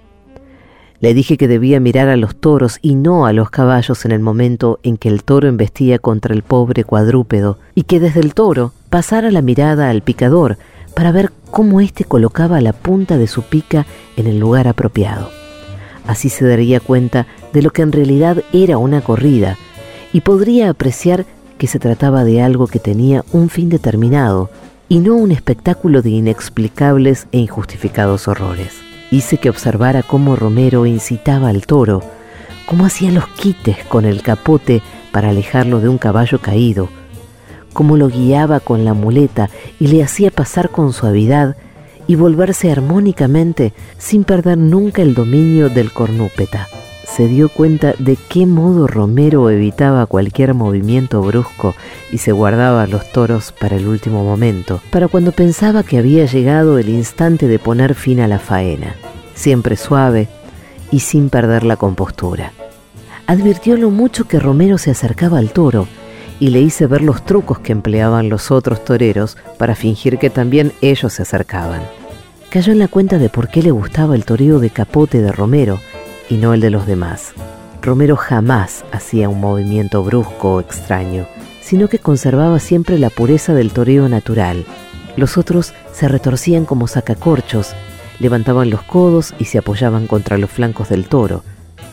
Speaker 5: Le dije que debía mirar a los toros y no a los caballos en el momento en que el toro embestía contra el pobre cuadrúpedo, y que desde el toro pasara la mirada al picador para ver cómo éste colocaba la punta de su pica en el lugar apropiado. Así se daría cuenta de lo que en realidad era una corrida y podría apreciar que se trataba de algo que tenía un fin determinado y no un espectáculo de inexplicables e injustificados horrores. Hice que observara cómo Romero incitaba al toro, cómo hacía los quites con el capote para alejarlo de un caballo caído, cómo lo guiaba con la muleta y le hacía pasar con suavidad y volverse armónicamente sin perder nunca el dominio del cornúpeta. Se dio cuenta de qué modo Romero evitaba cualquier movimiento brusco y se guardaba los toros para el último momento, para cuando pensaba que había llegado el instante de poner fin a la faena, siempre suave y sin perder la compostura. Advirtió lo mucho que Romero se acercaba al toro y le hice ver los trucos que empleaban los otros toreros para fingir que también ellos se acercaban. Cayó en la cuenta de por qué le gustaba el toreo de capote de Romero y no el de los demás. Romero jamás hacía un movimiento brusco o extraño, sino que conservaba siempre la pureza del toreo natural. Los otros se retorcían como sacacorchos, levantaban los codos y se apoyaban contra los flancos del toro,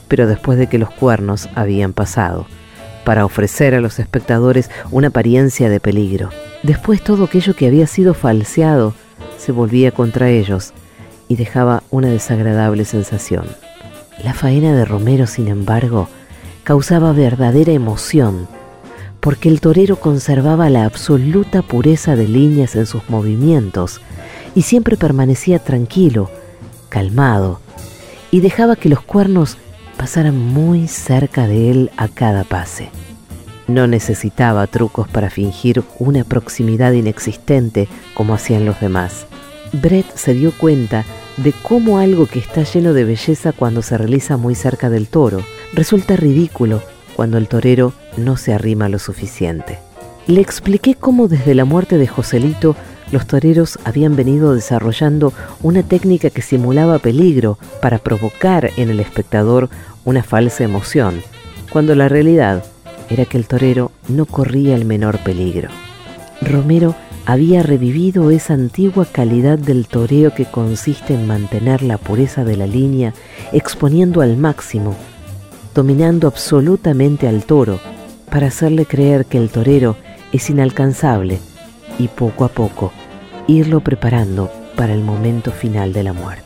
Speaker 5: pero después de que los cuernos habían pasado, para ofrecer a los espectadores una apariencia de peligro. Después todo aquello que había sido falseado se volvía contra ellos y dejaba una desagradable sensación. La faena de Romero, sin embargo, causaba verdadera emoción, porque el torero conservaba la absoluta pureza de líneas en sus movimientos y siempre permanecía tranquilo, calmado, y dejaba que los cuernos pasaran muy cerca de él a cada pase. No necesitaba trucos para fingir una proximidad inexistente como hacían los demás. Brett se dio cuenta de cómo algo que está lleno de belleza cuando se realiza muy cerca del toro resulta ridículo cuando el torero no se arrima lo suficiente. Le expliqué cómo desde la muerte de Joselito los toreros habían venido desarrollando una técnica que simulaba peligro para provocar en el espectador una falsa emoción, cuando la realidad era que el torero no corría el menor peligro. Romero había revivido esa antigua calidad del toreo que consiste en mantener la pureza de la línea, exponiendo al máximo, dominando absolutamente al toro, para hacerle creer que el torero es inalcanzable y poco a poco irlo preparando para el momento final de la muerte.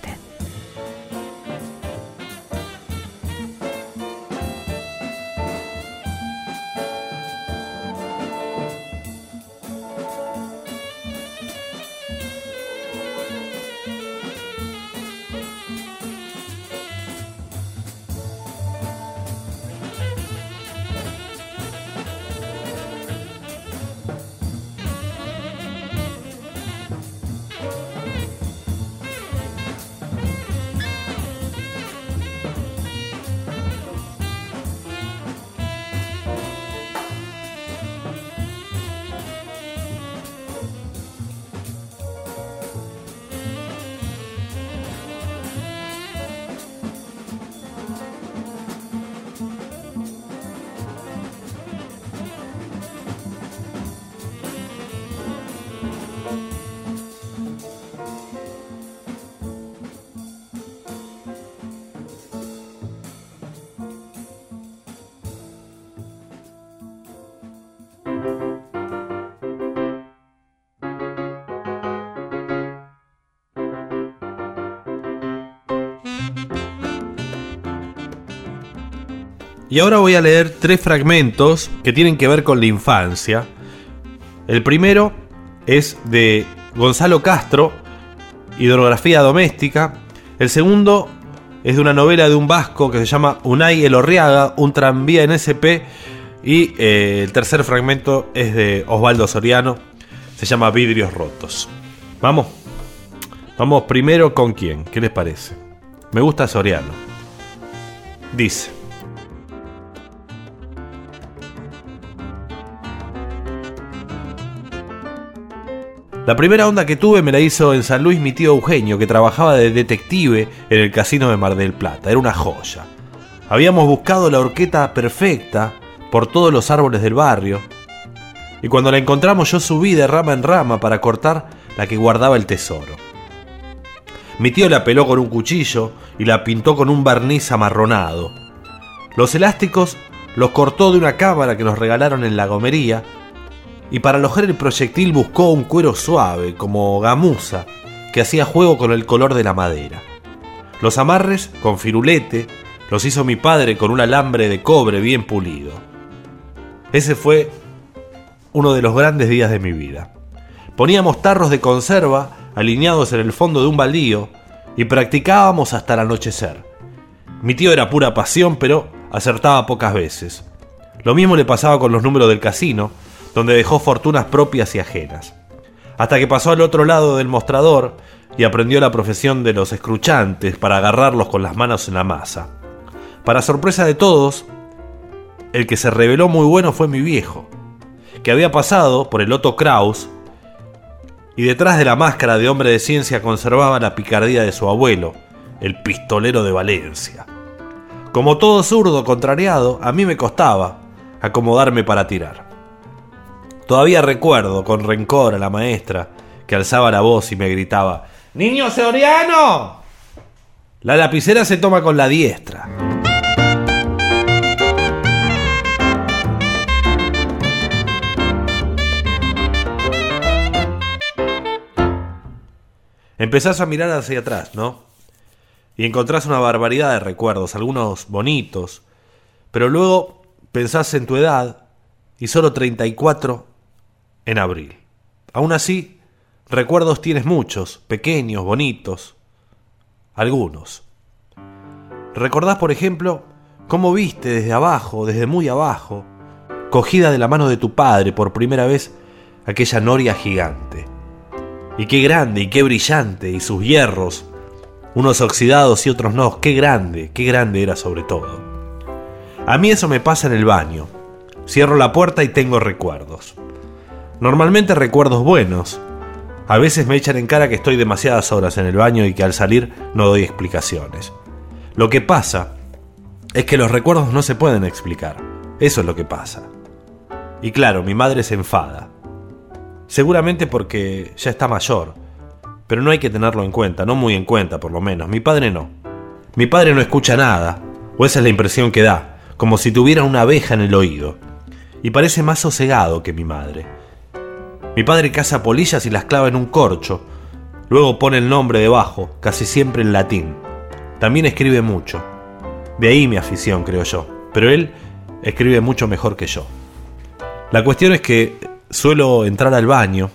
Speaker 3: Y ahora voy a leer tres fragmentos que tienen que ver con la infancia. El primero es de Gonzalo Castro, Hidrografía Doméstica. El segundo es de una novela de un vasco que se llama Unai Elorriaga, Un tranvía en S P. Y eh, el tercer fragmento es de Osvaldo Soriano, se llama Vidrios rotos. Vamos, vamos primero con quién, ¿qué les parece? Me gusta Soriano. Dice: la primera onda que tuve me la hizo en San Luis mi tío Eugenio, que trabajaba de detective en el casino de Mar del Plata. Era una joya. Habíamos buscado la horqueta perfecta por todos los árboles del barrio, y cuando la encontramos yo subí de rama en rama para cortar la que guardaba el tesoro. Mi tío la peló con un cuchillo y la pintó con un barniz amarronado. Los elásticos los cortó de una cámara que nos regalaron en la gomería, y para alojar el proyectil buscó un cuero suave, como gamuza, que hacía juego con el color de la madera. Los amarres, con firulete, los hizo mi padre con un alambre de cobre bien pulido. Ese fue uno de los grandes días de mi vida. Poníamos tarros de conserva alineados en el fondo de un baldío y practicábamos hasta el anochecer. Mi tío era pura pasión, pero acertaba pocas veces. Lo mismo le pasaba con los números del casino, donde dejó fortunas propias y ajenas, hasta que pasó al otro lado del mostrador y aprendió la profesión de los escruchantes para agarrarlos con las manos en la masa. Para sorpresa de todos, el que se reveló muy bueno fue mi viejo, que había pasado por el Otto Kraus y detrás de la máscara de hombre de ciencia conservaba la picardía de su abuelo, el pistolero de Valencia. Como todo zurdo contrariado, a mí me costaba acomodarme para tirar. Todavía recuerdo con rencor a la maestra que alzaba la voz y me gritaba: ¡Niño Soriano! La lapicera se toma con la diestra. Empezás a mirar hacia atrás, ¿no? Y encontrás una barbaridad de recuerdos, algunos bonitos, pero luego pensás en tu edad y solo treinta y cuatro en abril. Aún así, recuerdos tienes muchos, pequeños, bonitos, algunos. ¿Recordás, por ejemplo, cómo viste desde abajo, desde muy abajo, cogida de la mano de tu padre por primera vez aquella noria gigante? Y qué grande y qué brillante, y sus hierros, unos oxidados y otros no, qué grande, qué grande era sobre todo. A mí eso me pasa en el baño. Cierro la puerta y tengo recuerdos. Normalmente recuerdos buenos. A veces me echan en cara que estoy demasiadas horas en el baño y que al salir no doy explicaciones. Lo que pasa es que los recuerdos no se pueden explicar. Eso es lo que pasa. Y claro, mi madre se enfada. Seguramente porque ya está mayor, pero no hay que tenerlo en cuenta, no muy en cuenta por lo menos. Mi padre no. Mi padre no escucha nada, o esa es la impresión que da, como si tuviera una abeja en el oído. Y parece más sosegado que mi madre. Mi padre caza polillas y las clava en un corcho, luego pone el nombre debajo, casi siempre en latín. También escribe mucho. De ahí mi afición, creo yo, pero él escribe mucho mejor que yo. La cuestión es que suelo entrar al baño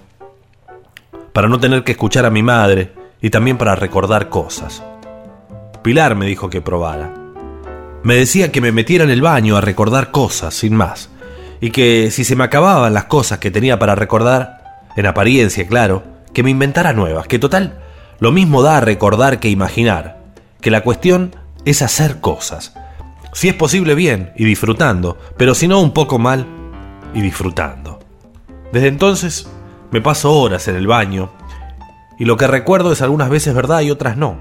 Speaker 3: para no tener que escuchar a mi madre y también para recordar cosas. Pilar me dijo que probara. Me decía que me metiera en el baño a recordar cosas, sin más, y que si se me acababan las cosas que tenía para recordar, en apariencia, claro, que me inventara nuevas, que total, lo mismo da a recordar que imaginar, que la cuestión es hacer cosas. Si es posible bien y disfrutando, pero si no un poco mal y disfrutando. Desde entonces me paso horas en el baño y lo que recuerdo es algunas veces verdad y otras no.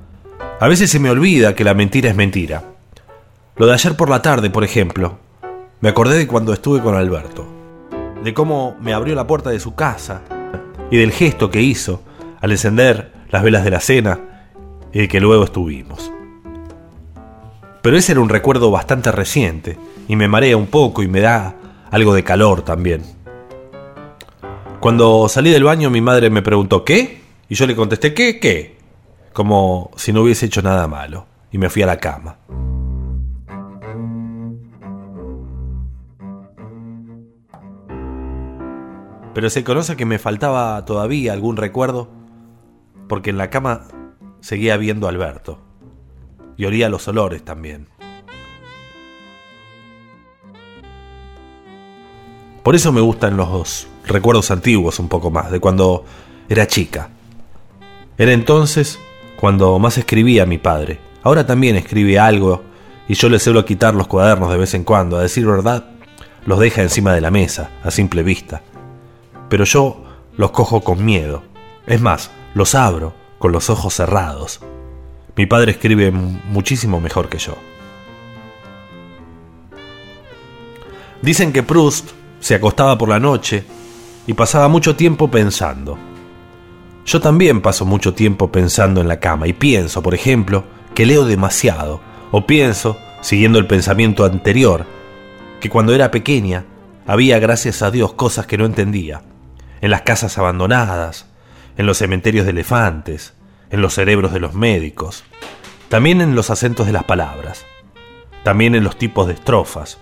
Speaker 3: A veces se me olvida que la mentira es mentira. Lo de ayer por la tarde, por ejemplo, me acordé de cuando estuve con Alberto, de cómo me abrió la puerta de su casa y del gesto que hizo al encender las velas de la cena y de que luego estuvimos. Pero ese era un recuerdo bastante reciente y me marea un poco y me da algo de calor también. Cuando salí del baño mi madre me preguntó ¿qué? Y yo le contesté ¿qué? ¿Qué? Como si no hubiese hecho nada malo y me fui a la cama. Pero se conoce que me faltaba todavía algún recuerdo porque en la cama seguía viendo a Alberto y olía los olores también. Por eso me gustan los recuerdos antiguos un poco más, de cuando era chica. Era entonces cuando más escribía mi padre. Ahora también escribe algo y yo le suelo quitar los cuadernos de vez en cuando. A decir verdad, los deja encima de la mesa, a simple vista. Pero yo los cojo con miedo. Es más, los abro con los ojos cerrados. Mi padre escribe muchísimo mejor que yo. Dicen que Proust se acostaba por la noche y pasaba mucho tiempo pensando. Yo también paso mucho tiempo pensando en la cama y pienso, por ejemplo, que leo demasiado, o pienso, siguiendo el pensamiento anterior, que cuando era pequeña había, gracias a Dios, cosas que no entendía, en las casas abandonadas, en los cementerios de elefantes, en los cerebros de los médicos, también en los acentos de las palabras, también en los tipos de estrofas.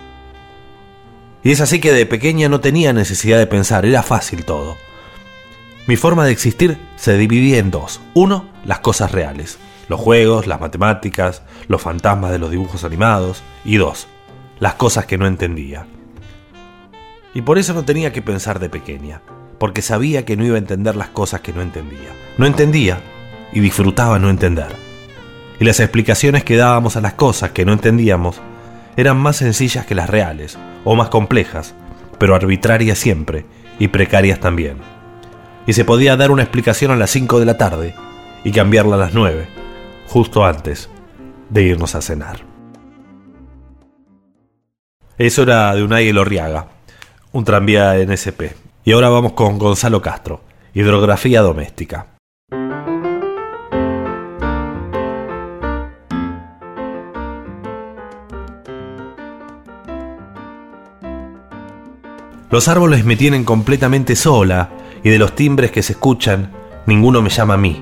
Speaker 3: Y es así que de pequeña no tenía necesidad de pensar, era fácil todo. Mi forma de existir se dividía en dos. Uno, las cosas reales, los juegos, las matemáticas, los fantasmas de los dibujos animados. Y dos, las cosas que no entendía. Y por eso no tenía que pensar de pequeña, porque sabía que no iba a entender las cosas que no entendía. No entendía y disfrutaba no entender. Y las explicaciones que dábamos a las cosas que no entendíamos eran más sencillas que las reales, o más complejas, pero arbitrarias siempre, y precarias también. Y se podía dar una explicación a las cinco de la tarde, y cambiarla a las nueve, justo antes de irnos a cenar. Eso era de Unai Elorriaga, un tranvía en S P. Y ahora vamos con Gonzalo Castro, Hidrografía doméstica. Los árboles me tienen completamente sola y de los timbres que se escuchan ninguno me llama a mí.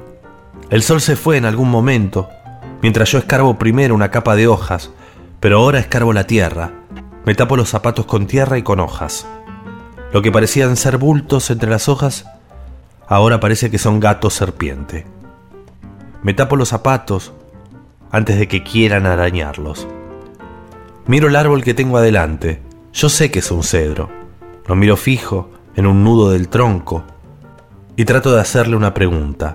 Speaker 3: El sol se fue en algún momento, mientras yo escarbo primero una capa de hojas, pero ahora escarbo la tierra. Me tapo los zapatos con tierra y con hojas. Lo que parecían ser bultos entre las hojas, ahora parece que son gatos serpiente. Me tapo los zapatos antes de que quieran arañarlos. Miro el árbol que tengo adelante. Yo sé que es un cedro. Lo miro fijo en un nudo del tronco y trato de hacerle una pregunta.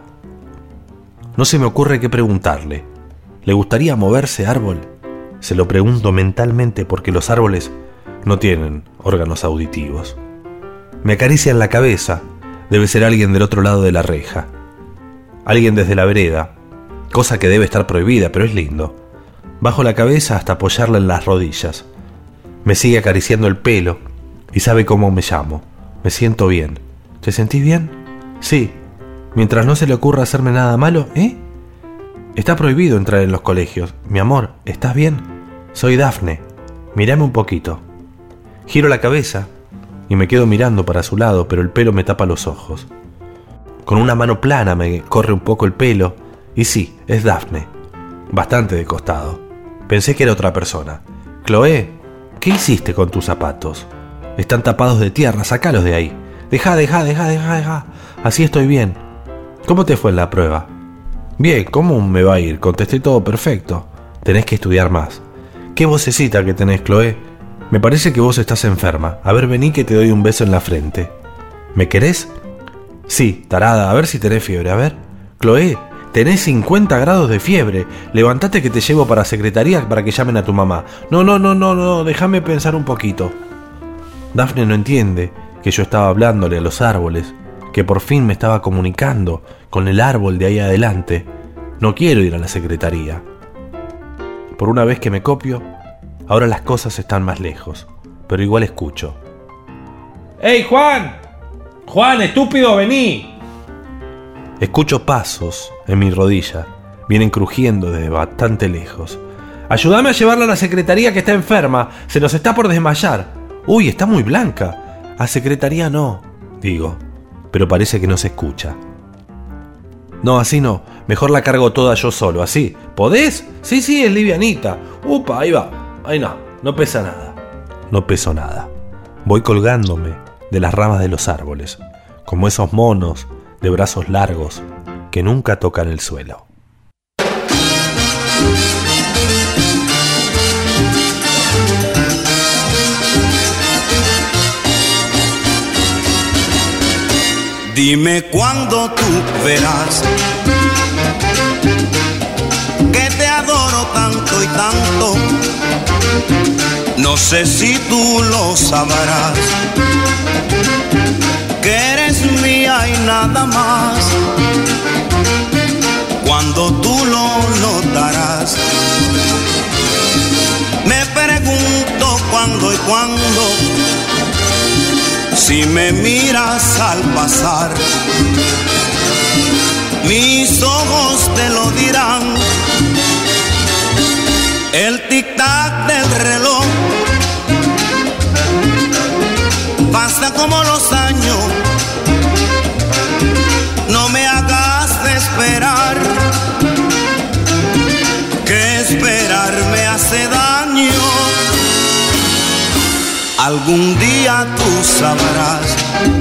Speaker 3: No se me ocurre qué preguntarle. ¿Le gustaría moverse, árbol? Se lo pregunto mentalmente porque los árboles no tienen órganos auditivos. Me acarician la cabeza. Debe ser alguien del otro lado de la reja. Alguien desde la vereda, cosa que debe estar prohibida, pero es lindo. Bajo la cabeza hasta apoyarla en las rodillas. Me sigue acariciando el pelo y sabe cómo me llamo. Me siento bien. ¿Te sentís bien? Sí. Mientras no se le ocurra hacerme nada malo, ¿eh? Está prohibido entrar en los colegios. Mi amor, ¿estás bien? Soy Dafne. Mírame un poquito. Giro la cabeza y me quedo mirando para su lado, pero el pelo me tapa los ojos. Con una mano plana me corre un poco el pelo y sí, es Dafne. Bastante de costado. Pensé que era otra persona. Chloé, ¿qué hiciste con tus zapatos? Están tapados de tierra, sacalos de ahí. Deja, deja, deja, deja, deja. Así estoy bien. ¿Cómo te fue en la prueba? Bien, ¿cómo me va a ir? Contesté todo perfecto. Tenés que estudiar más. ¿Qué vocecita que tenés, Chloé? Me parece que vos estás enferma. A ver, vení que te doy un beso en la frente. ¿Me querés? Sí, tarada, a ver si tenés fiebre. A ver. Chloé, tenés cincuenta grados de fiebre. Levantate que te llevo para secretaría para que llamen a tu mamá. No, no, no, no, no, déjame pensar un poquito. Dafne no entiende que yo estaba hablándole a los árboles, que por fin me estaba comunicando con el árbol de ahí adelante. No quiero ir a la secretaría. Por una vez que me copio, ahora las cosas están más lejos, pero igual escucho. ¡Ey, Juan! ¡Juan, estúpido, vení! Escucho pasos en mi rodilla. Vienen crujiendo desde bastante lejos. ¡Ayúdame a llevarla a la secretaría que está enferma! ¡Se nos está por desmayar! ¡Uy, está muy blanca! A secretaría no, digo, pero parece que no se escucha. No, así no. Mejor la cargo toda yo solo, así. ¿Podés? Sí, sí, es livianita. Upa, ahí va. Ahí no, no pesa nada. No peso nada. Voy colgándome de las ramas de los árboles, como esos monos de brazos largos que nunca tocan el suelo.
Speaker 1: Dime cuándo tú verás que te adoro tanto y tanto. No sé si tú lo sabrás, que eres mía y nada más. Cuando tú lo notarás, me pregunto cuándo y cuándo. Si me miras al pasar, mis ojos te lo dirán. El tic-tac del reloj pasa como los años. No me hagas esperar, que esperar me hace daño. Algún día tú sabrás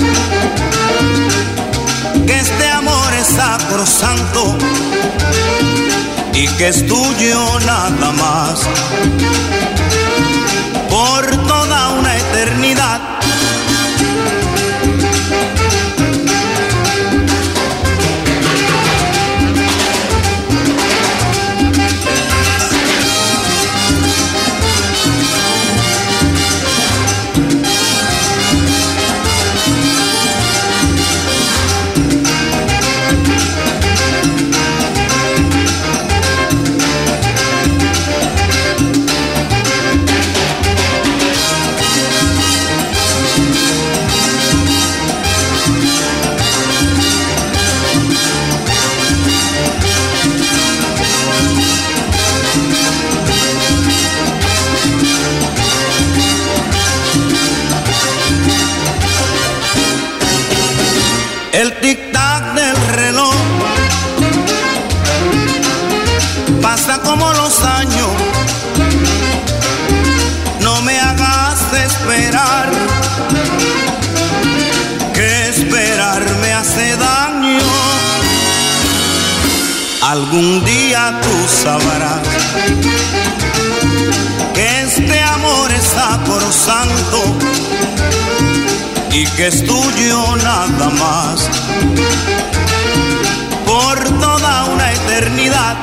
Speaker 1: que este amor es sacrosanto y que es tuyo nada más por toda una eternidad. hace esperar, que esperar me hace daño. Algún día tú sabrás que este amor es sacrosanto y que es tuyo nada más por toda una eternidad.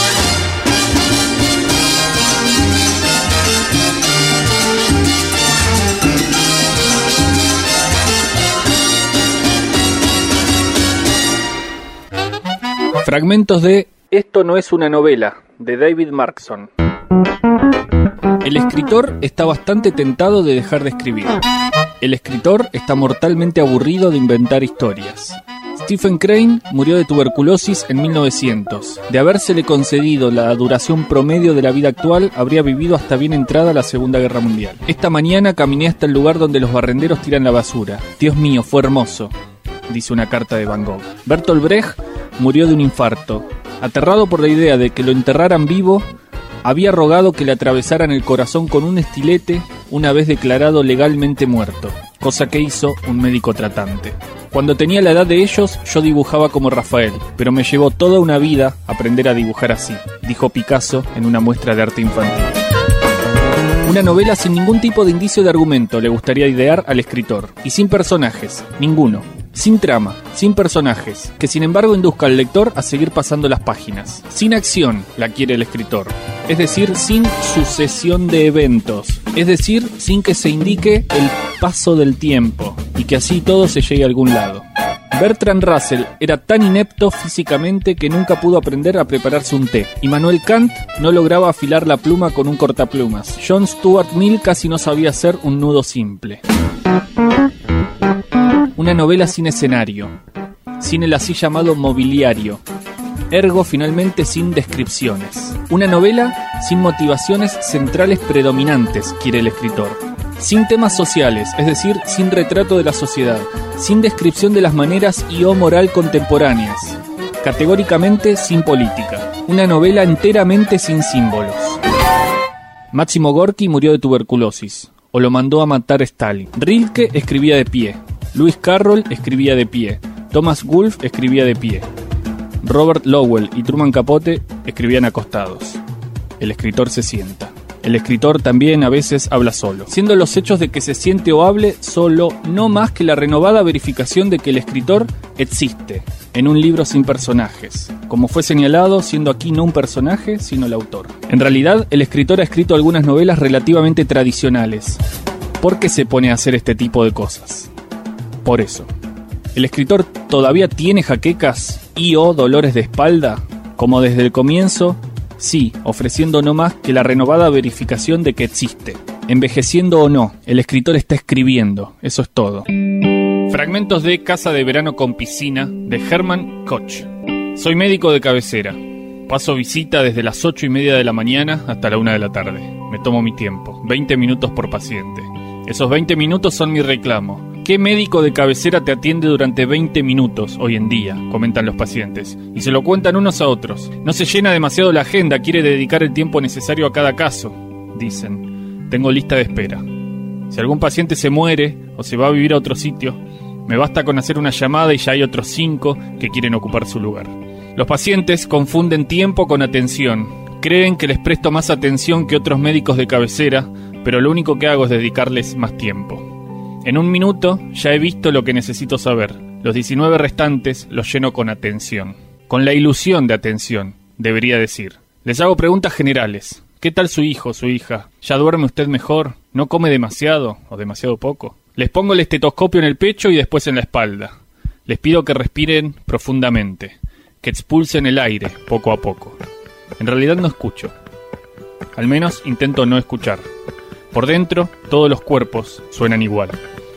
Speaker 4: Fragmentos de Esto no es una novela, de David Markson. El escritor está bastante tentado de dejar de escribir. El escritor está mortalmente aburrido de inventar historias. Stephen Crane murió de tuberculosis en mil novecientos. De habérsele concedido la duración promedio de la vida actual, habría vivido hasta bien entrada la Segunda Guerra Mundial. Esta mañana caminé hasta el lugar donde los barrenderos tiran la basura. Dios mío, fue hermoso, dice una carta de Van Gogh. Bertolt Brecht murió de un infarto. Aterrado por la idea de que lo enterraran vivo, había rogado que le atravesaran el corazón con un estilete una vez declarado legalmente muerto, cosa que hizo un médico tratante. Cuando tenía la edad de ellos, yo dibujaba como Rafael, pero me llevó toda una vida aprender a dibujar así, dijo Picasso en una muestra de arte infantil. Una novela sin ningún tipo de indicio de argumento le gustaría idear al escritor, y sin personajes, ninguno. Sin trama, sin personajes, que sin embargo induzca al lector a seguir pasando las páginas. Sin acción, la quiere el escritor. Es decir, sin sucesión de eventos. Es decir, sin que se indique el paso del tiempo, y que así todo se llegue a algún lado. Bertrand Russell era tan inepto físicamente que nunca pudo aprender a prepararse un té. Immanuel Kant no lograba afilar la pluma con un cortaplumas. John Stuart Mill casi no sabía hacer un nudo simple. Una novela sin escenario, sin el así llamado mobiliario, ergo finalmente sin descripciones. Una novela sin motivaciones centrales predominantes, quiere el escritor. Sin temas sociales, es decir, sin retrato de la sociedad, sin descripción de las maneras y o moral contemporáneas, categóricamente sin política. Una novela enteramente sin símbolos. Máximo Gorki murió de tuberculosis, o lo mandó a matar Stalin. Rilke escribía de pie. Lewis Carroll escribía de pie. Thomas Wolfe escribía de pie. Robert Lowell y Truman Capote escribían acostados. El escritor se sienta. El escritor también a veces habla solo, siendo los hechos de que se siente o hable solo no más que la renovada verificación de que el escritor existe en un libro sin personajes, como fue señalado, siendo aquí no un personaje, sino el autor. En realidad, el escritor ha escrito algunas novelas relativamente tradicionales. ¿Por qué se pone a hacer este tipo de cosas? Por eso. ¿El escritor todavía tiene jaquecas y o dolores de espalda? Como desde el comienzo, sí, ofreciendo no más que la renovada verificación de que existe. Envejeciendo o no, el escritor está escribiendo, eso es todo. Fragmentos de Casa de Verano con Piscina, de Hermann Koch. Soy médico de cabecera. Paso visita desde las ocho y media de la mañana hasta la una de la tarde. Me tomo mi tiempo, veinte minutos por paciente. Esos veinte minutos son mi reclamo. ¿Qué médico de cabecera te atiende durante veinte minutos hoy en día?, comentan los pacientes. Y se lo cuentan unos a otros. No se llena demasiado la agenda, quiere dedicar el tiempo necesario a cada caso, dicen. Tengo lista de espera. Si algún paciente se muere o se va a vivir a otro sitio, me basta con hacer una llamada y ya hay otros cinco que quieren ocupar su lugar. Los pacientes confunden tiempo con atención. Creen que les presto más atención que otros médicos de cabecera, pero lo único que hago es dedicarles más tiempo. En un minuto ya he visto lo que necesito saber. Los diecinueve restantes los lleno con atención. Con la ilusión de atención, debería decir. Les hago preguntas generales. ¿Qué tal su hijo, su hija? ¿Ya duerme usted mejor? ¿No come demasiado o demasiado poco? Les pongo el estetoscopio en el pecho y después en la espalda. Les pido que respiren profundamente, que expulsen el aire poco a poco. En realidad no escucho. Al menos intento no escuchar. Por dentro, todos los cuerpos suenan igual.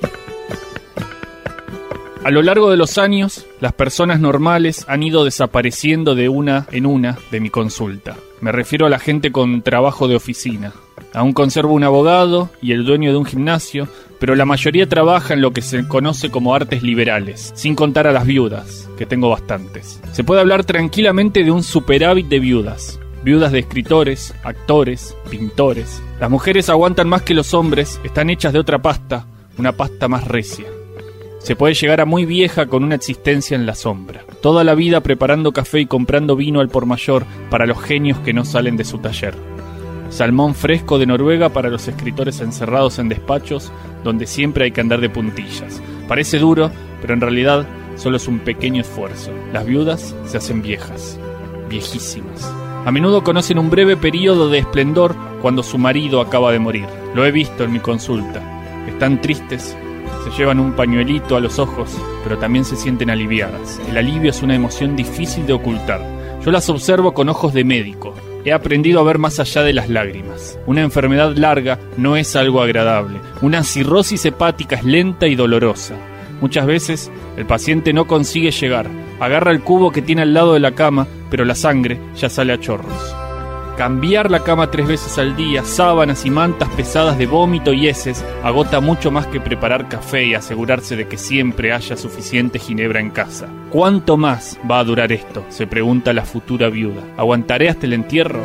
Speaker 4: A lo largo de los años, las personas normales han ido desapareciendo de una en una de mi consulta. Me refiero a la gente con trabajo de oficina. Aún conservo un abogado y el dueño de un gimnasio, pero la mayoría trabaja en lo que se conoce como artes liberales, sin contar a las viudas, que tengo bastantes. Se puede hablar tranquilamente de un superávit de viudas. Viudas de escritores, actores, pintores, Las mujeres aguantan más que los hombres, están hechas de otra pasta, una pasta más recia. Se puede llegar a muy vieja con una existencia en la sombra. Toda la vida preparando café y comprando vino al por mayor para los genios que no salen de su taller. Salmón fresco de Noruega para los escritores encerrados en despachos donde siempre hay que andar de puntillas. Parece duro, pero en realidad solo es un pequeño esfuerzo. Las viudas se hacen viejas, viejísimas. A menudo conocen un breve periodo de esplendor cuando su marido acaba de morir. Lo he visto en mi consulta. Están tristes, se llevan un pañuelito a los ojos, pero también se sienten aliviadas. El alivio es una emoción difícil de ocultar. Yo las observo con ojos de médico. He aprendido a ver más allá de las lágrimas. Una enfermedad larga no es algo agradable. Una cirrosis hepática es lenta y dolorosa. Muchas veces el paciente no consigue llegar. Agarra el cubo que tiene al lado de la cama, pero la sangre ya sale a chorros. Cambiar la cama tres veces al día, sábanas y mantas pesadas de vómito y heces, agota mucho más que preparar café y asegurarse de que siempre haya suficiente ginebra en casa. ¿Cuánto más va a durar esto?, se pregunta la futura viuda. ¿Aguantaré hasta el entierro?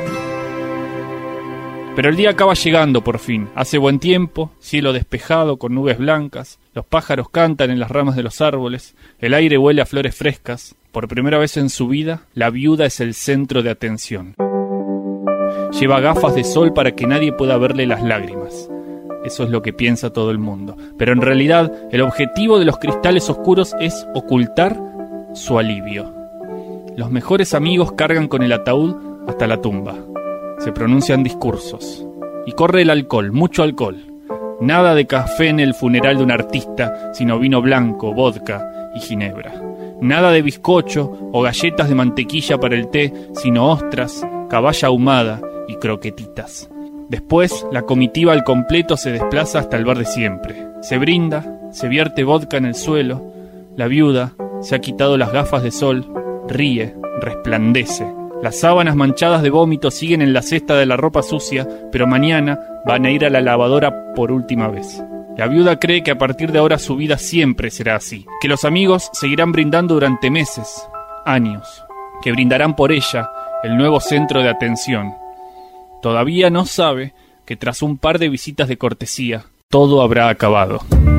Speaker 4: Pero el día acaba llegando por fin. Hace buen tiempo, cielo despejado con nubes blancas, los pájaros cantan en las ramas de los árboles, el aire huele a flores frescas. Por primera vez en su vida, la viuda es el centro de atención. Lleva gafas de sol para que nadie pueda verle las lágrimas. Eso es lo que piensa todo el mundo. Pero en realidad, el objetivo de los cristales oscuros es ocultar su alivio. Los mejores amigos cargan con el ataúd hasta la tumba. Se pronuncian discursos. Y corre el alcohol, mucho alcohol. Nada de café en el funeral de un artista, sino vino blanco, vodka y ginebra. Nada de bizcocho o galletas de mantequilla para el té, sino ostras, caballa ahumada y croquetitas. Después, la comitiva al completo se desplaza hasta el bar de siempre. Se brinda, se vierte vodka en el suelo. La viuda se ha quitado las gafas de sol, ríe, resplandece. Las sábanas manchadas de vómito siguen en la cesta de la ropa sucia, pero mañana van a ir a la lavadora por última vez. La viuda cree que a partir de ahora su vida siempre será así, que los amigos seguirán brindando durante meses, años, que brindarán por ella, el nuevo centro de atención. Todavía no sabe que tras un par de visitas de cortesía, todo habrá acabado.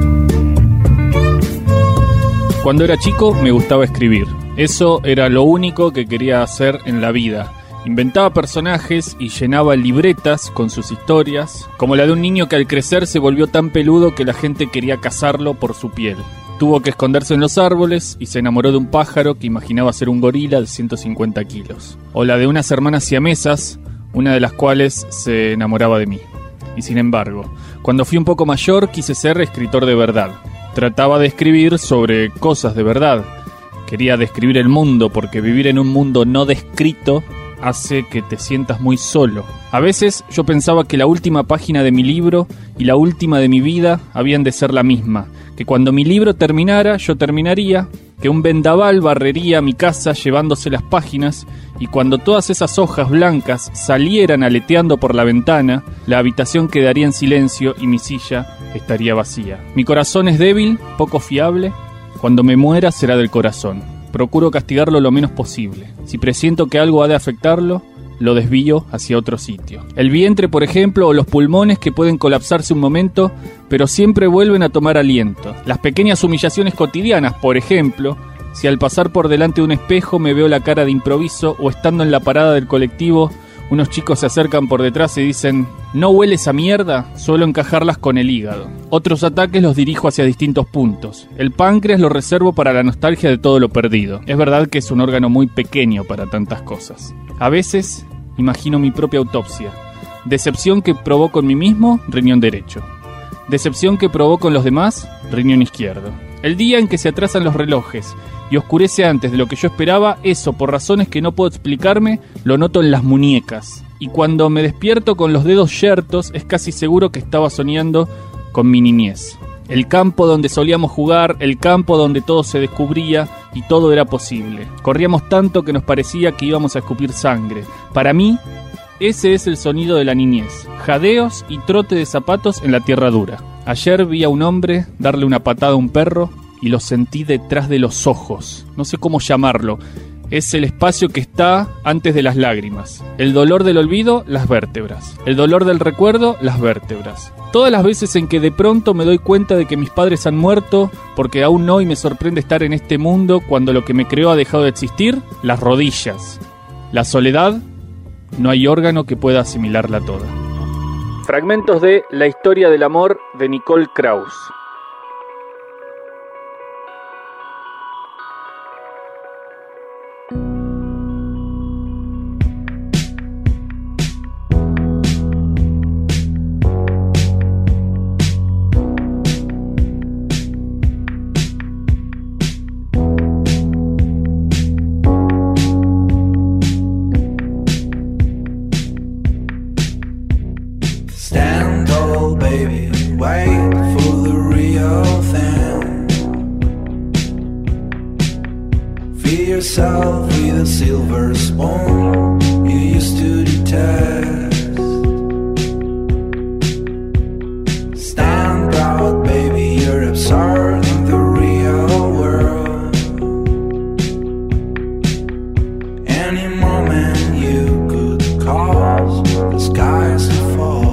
Speaker 4: Cuando era chico me gustaba escribir. Eso era lo único que quería hacer en la vida. Inventaba personajes y llenaba libretas con sus historias, como la de un niño que al crecer se volvió tan peludo que la gente quería cazarlo por su piel. Tuvo que esconderse en los árboles y se enamoró de un pájaro que imaginaba ser un gorila de ciento cincuenta kilos. O la de unas hermanas siamesas, una de las cuales se enamoraba de mí. Y sin embargo, cuando fui un poco mayor quise ser escritor de verdad. Trataba de escribir sobre cosas de verdad. Quería describir el mundo porque vivir en un mundo no descrito hace que te sientas muy solo. A veces yo pensaba que la última página de mi libro y la última de mi vida habían de ser la misma, que cuando mi libro terminara yo terminaría, que un vendaval barrería mi casa llevándose las páginas y cuando todas esas hojas blancas salieran aleteando por la ventana, la habitación quedaría en silencio y mi silla estaría vacía. Mi corazón es débil, poco fiable. Cuando me muera será del corazón. Procuro castigarlo lo menos posible. Si presiento que algo ha de afectarlo, lo desvío hacia otro sitio. El vientre, por ejemplo, o los pulmones que pueden colapsarse un momento, pero siempre vuelven a tomar aliento. Las pequeñas humillaciones cotidianas, por ejemplo, si al pasar por delante de un espejo me veo la cara de improviso o estando en la parada del colectivo, unos chicos se acercan por detrás y dicen «¿No hueles a mierda?», suelo encajarlas con el hígado. Otros ataques los dirijo hacia distintos puntos. El páncreas lo reservo para la nostalgia de todo lo perdido. Es verdad que es un órgano muy pequeño para tantas cosas. A veces imagino mi propia autopsia. Decepción que provoco en mí mismo, riñón derecho. Decepción que provoco en los demás, riñón izquierdo. El día en que se atrasan los relojes y oscurece antes de lo que yo esperaba, eso, por razones que no puedo explicarme, lo noto en las muñecas. Y cuando me despierto con los dedos yertos, es casi seguro que estaba soñando con mi niñez. El campo donde solíamos jugar, el campo donde todo se descubría y todo era posible. Corríamos tanto que nos parecía que íbamos a escupir sangre. Para mí, ese es el sonido de la niñez. Jadeos y trote de zapatos en la tierra dura. Ayer vi a un hombre darle una patada a un perro y lo sentí detrás de los ojos. No sé cómo llamarlo. es el espacio que está antes de las lágrimas. El dolor del olvido, las vértebras. El dolor del recuerdo, las vértebras. Todas las veces en que de pronto me doy cuenta de que mis padres han muerto, porque aún hoy me sorprende estar en este mundo cuando lo que me creó ha dejado de existir, las rodillas. La soledad, no hay órgano que pueda asimilarla toda. Fragmentos de La historia del amor de Nicole Krauss.
Speaker 2: Stand tall, baby, wait for the real thing. Feed yourself with a silver spoon you used to detest. Stand proud, baby, you're absurd in the real world. Any moment you could cause the skies to fall.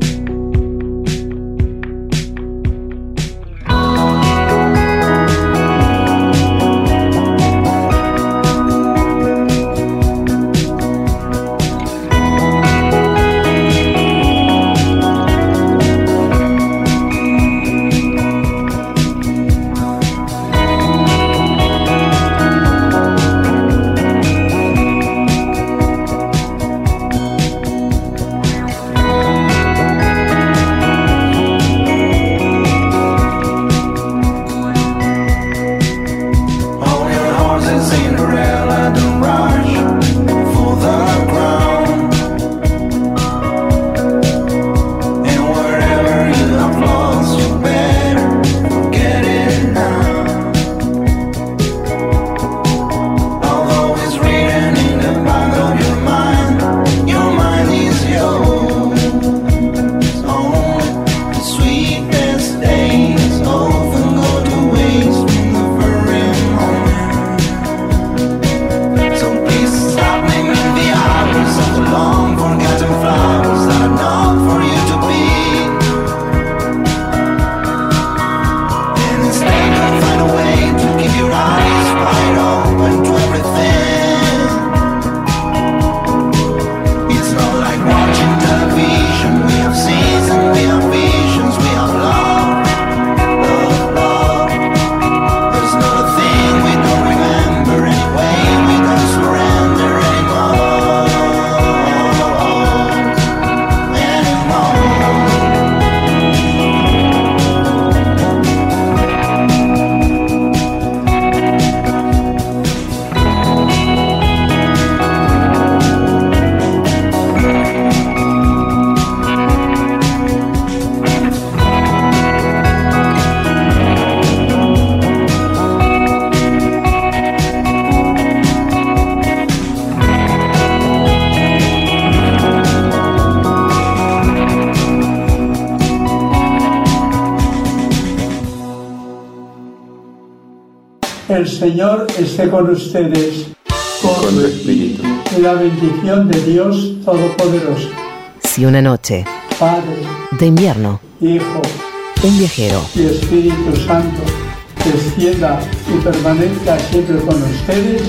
Speaker 22: El Señor esté con ustedes.
Speaker 23: Con tu espíritu.
Speaker 22: Y la bendición de Dios Todopoderoso,
Speaker 5: Si una noche
Speaker 22: Padre,
Speaker 5: de invierno,
Speaker 22: Hijo
Speaker 5: un viajero
Speaker 22: y Espíritu Santo descienda y permanezca siempre con ustedes.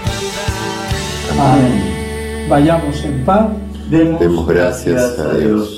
Speaker 22: Amén. Vayamos en paz.
Speaker 23: Demos gracias a Dios.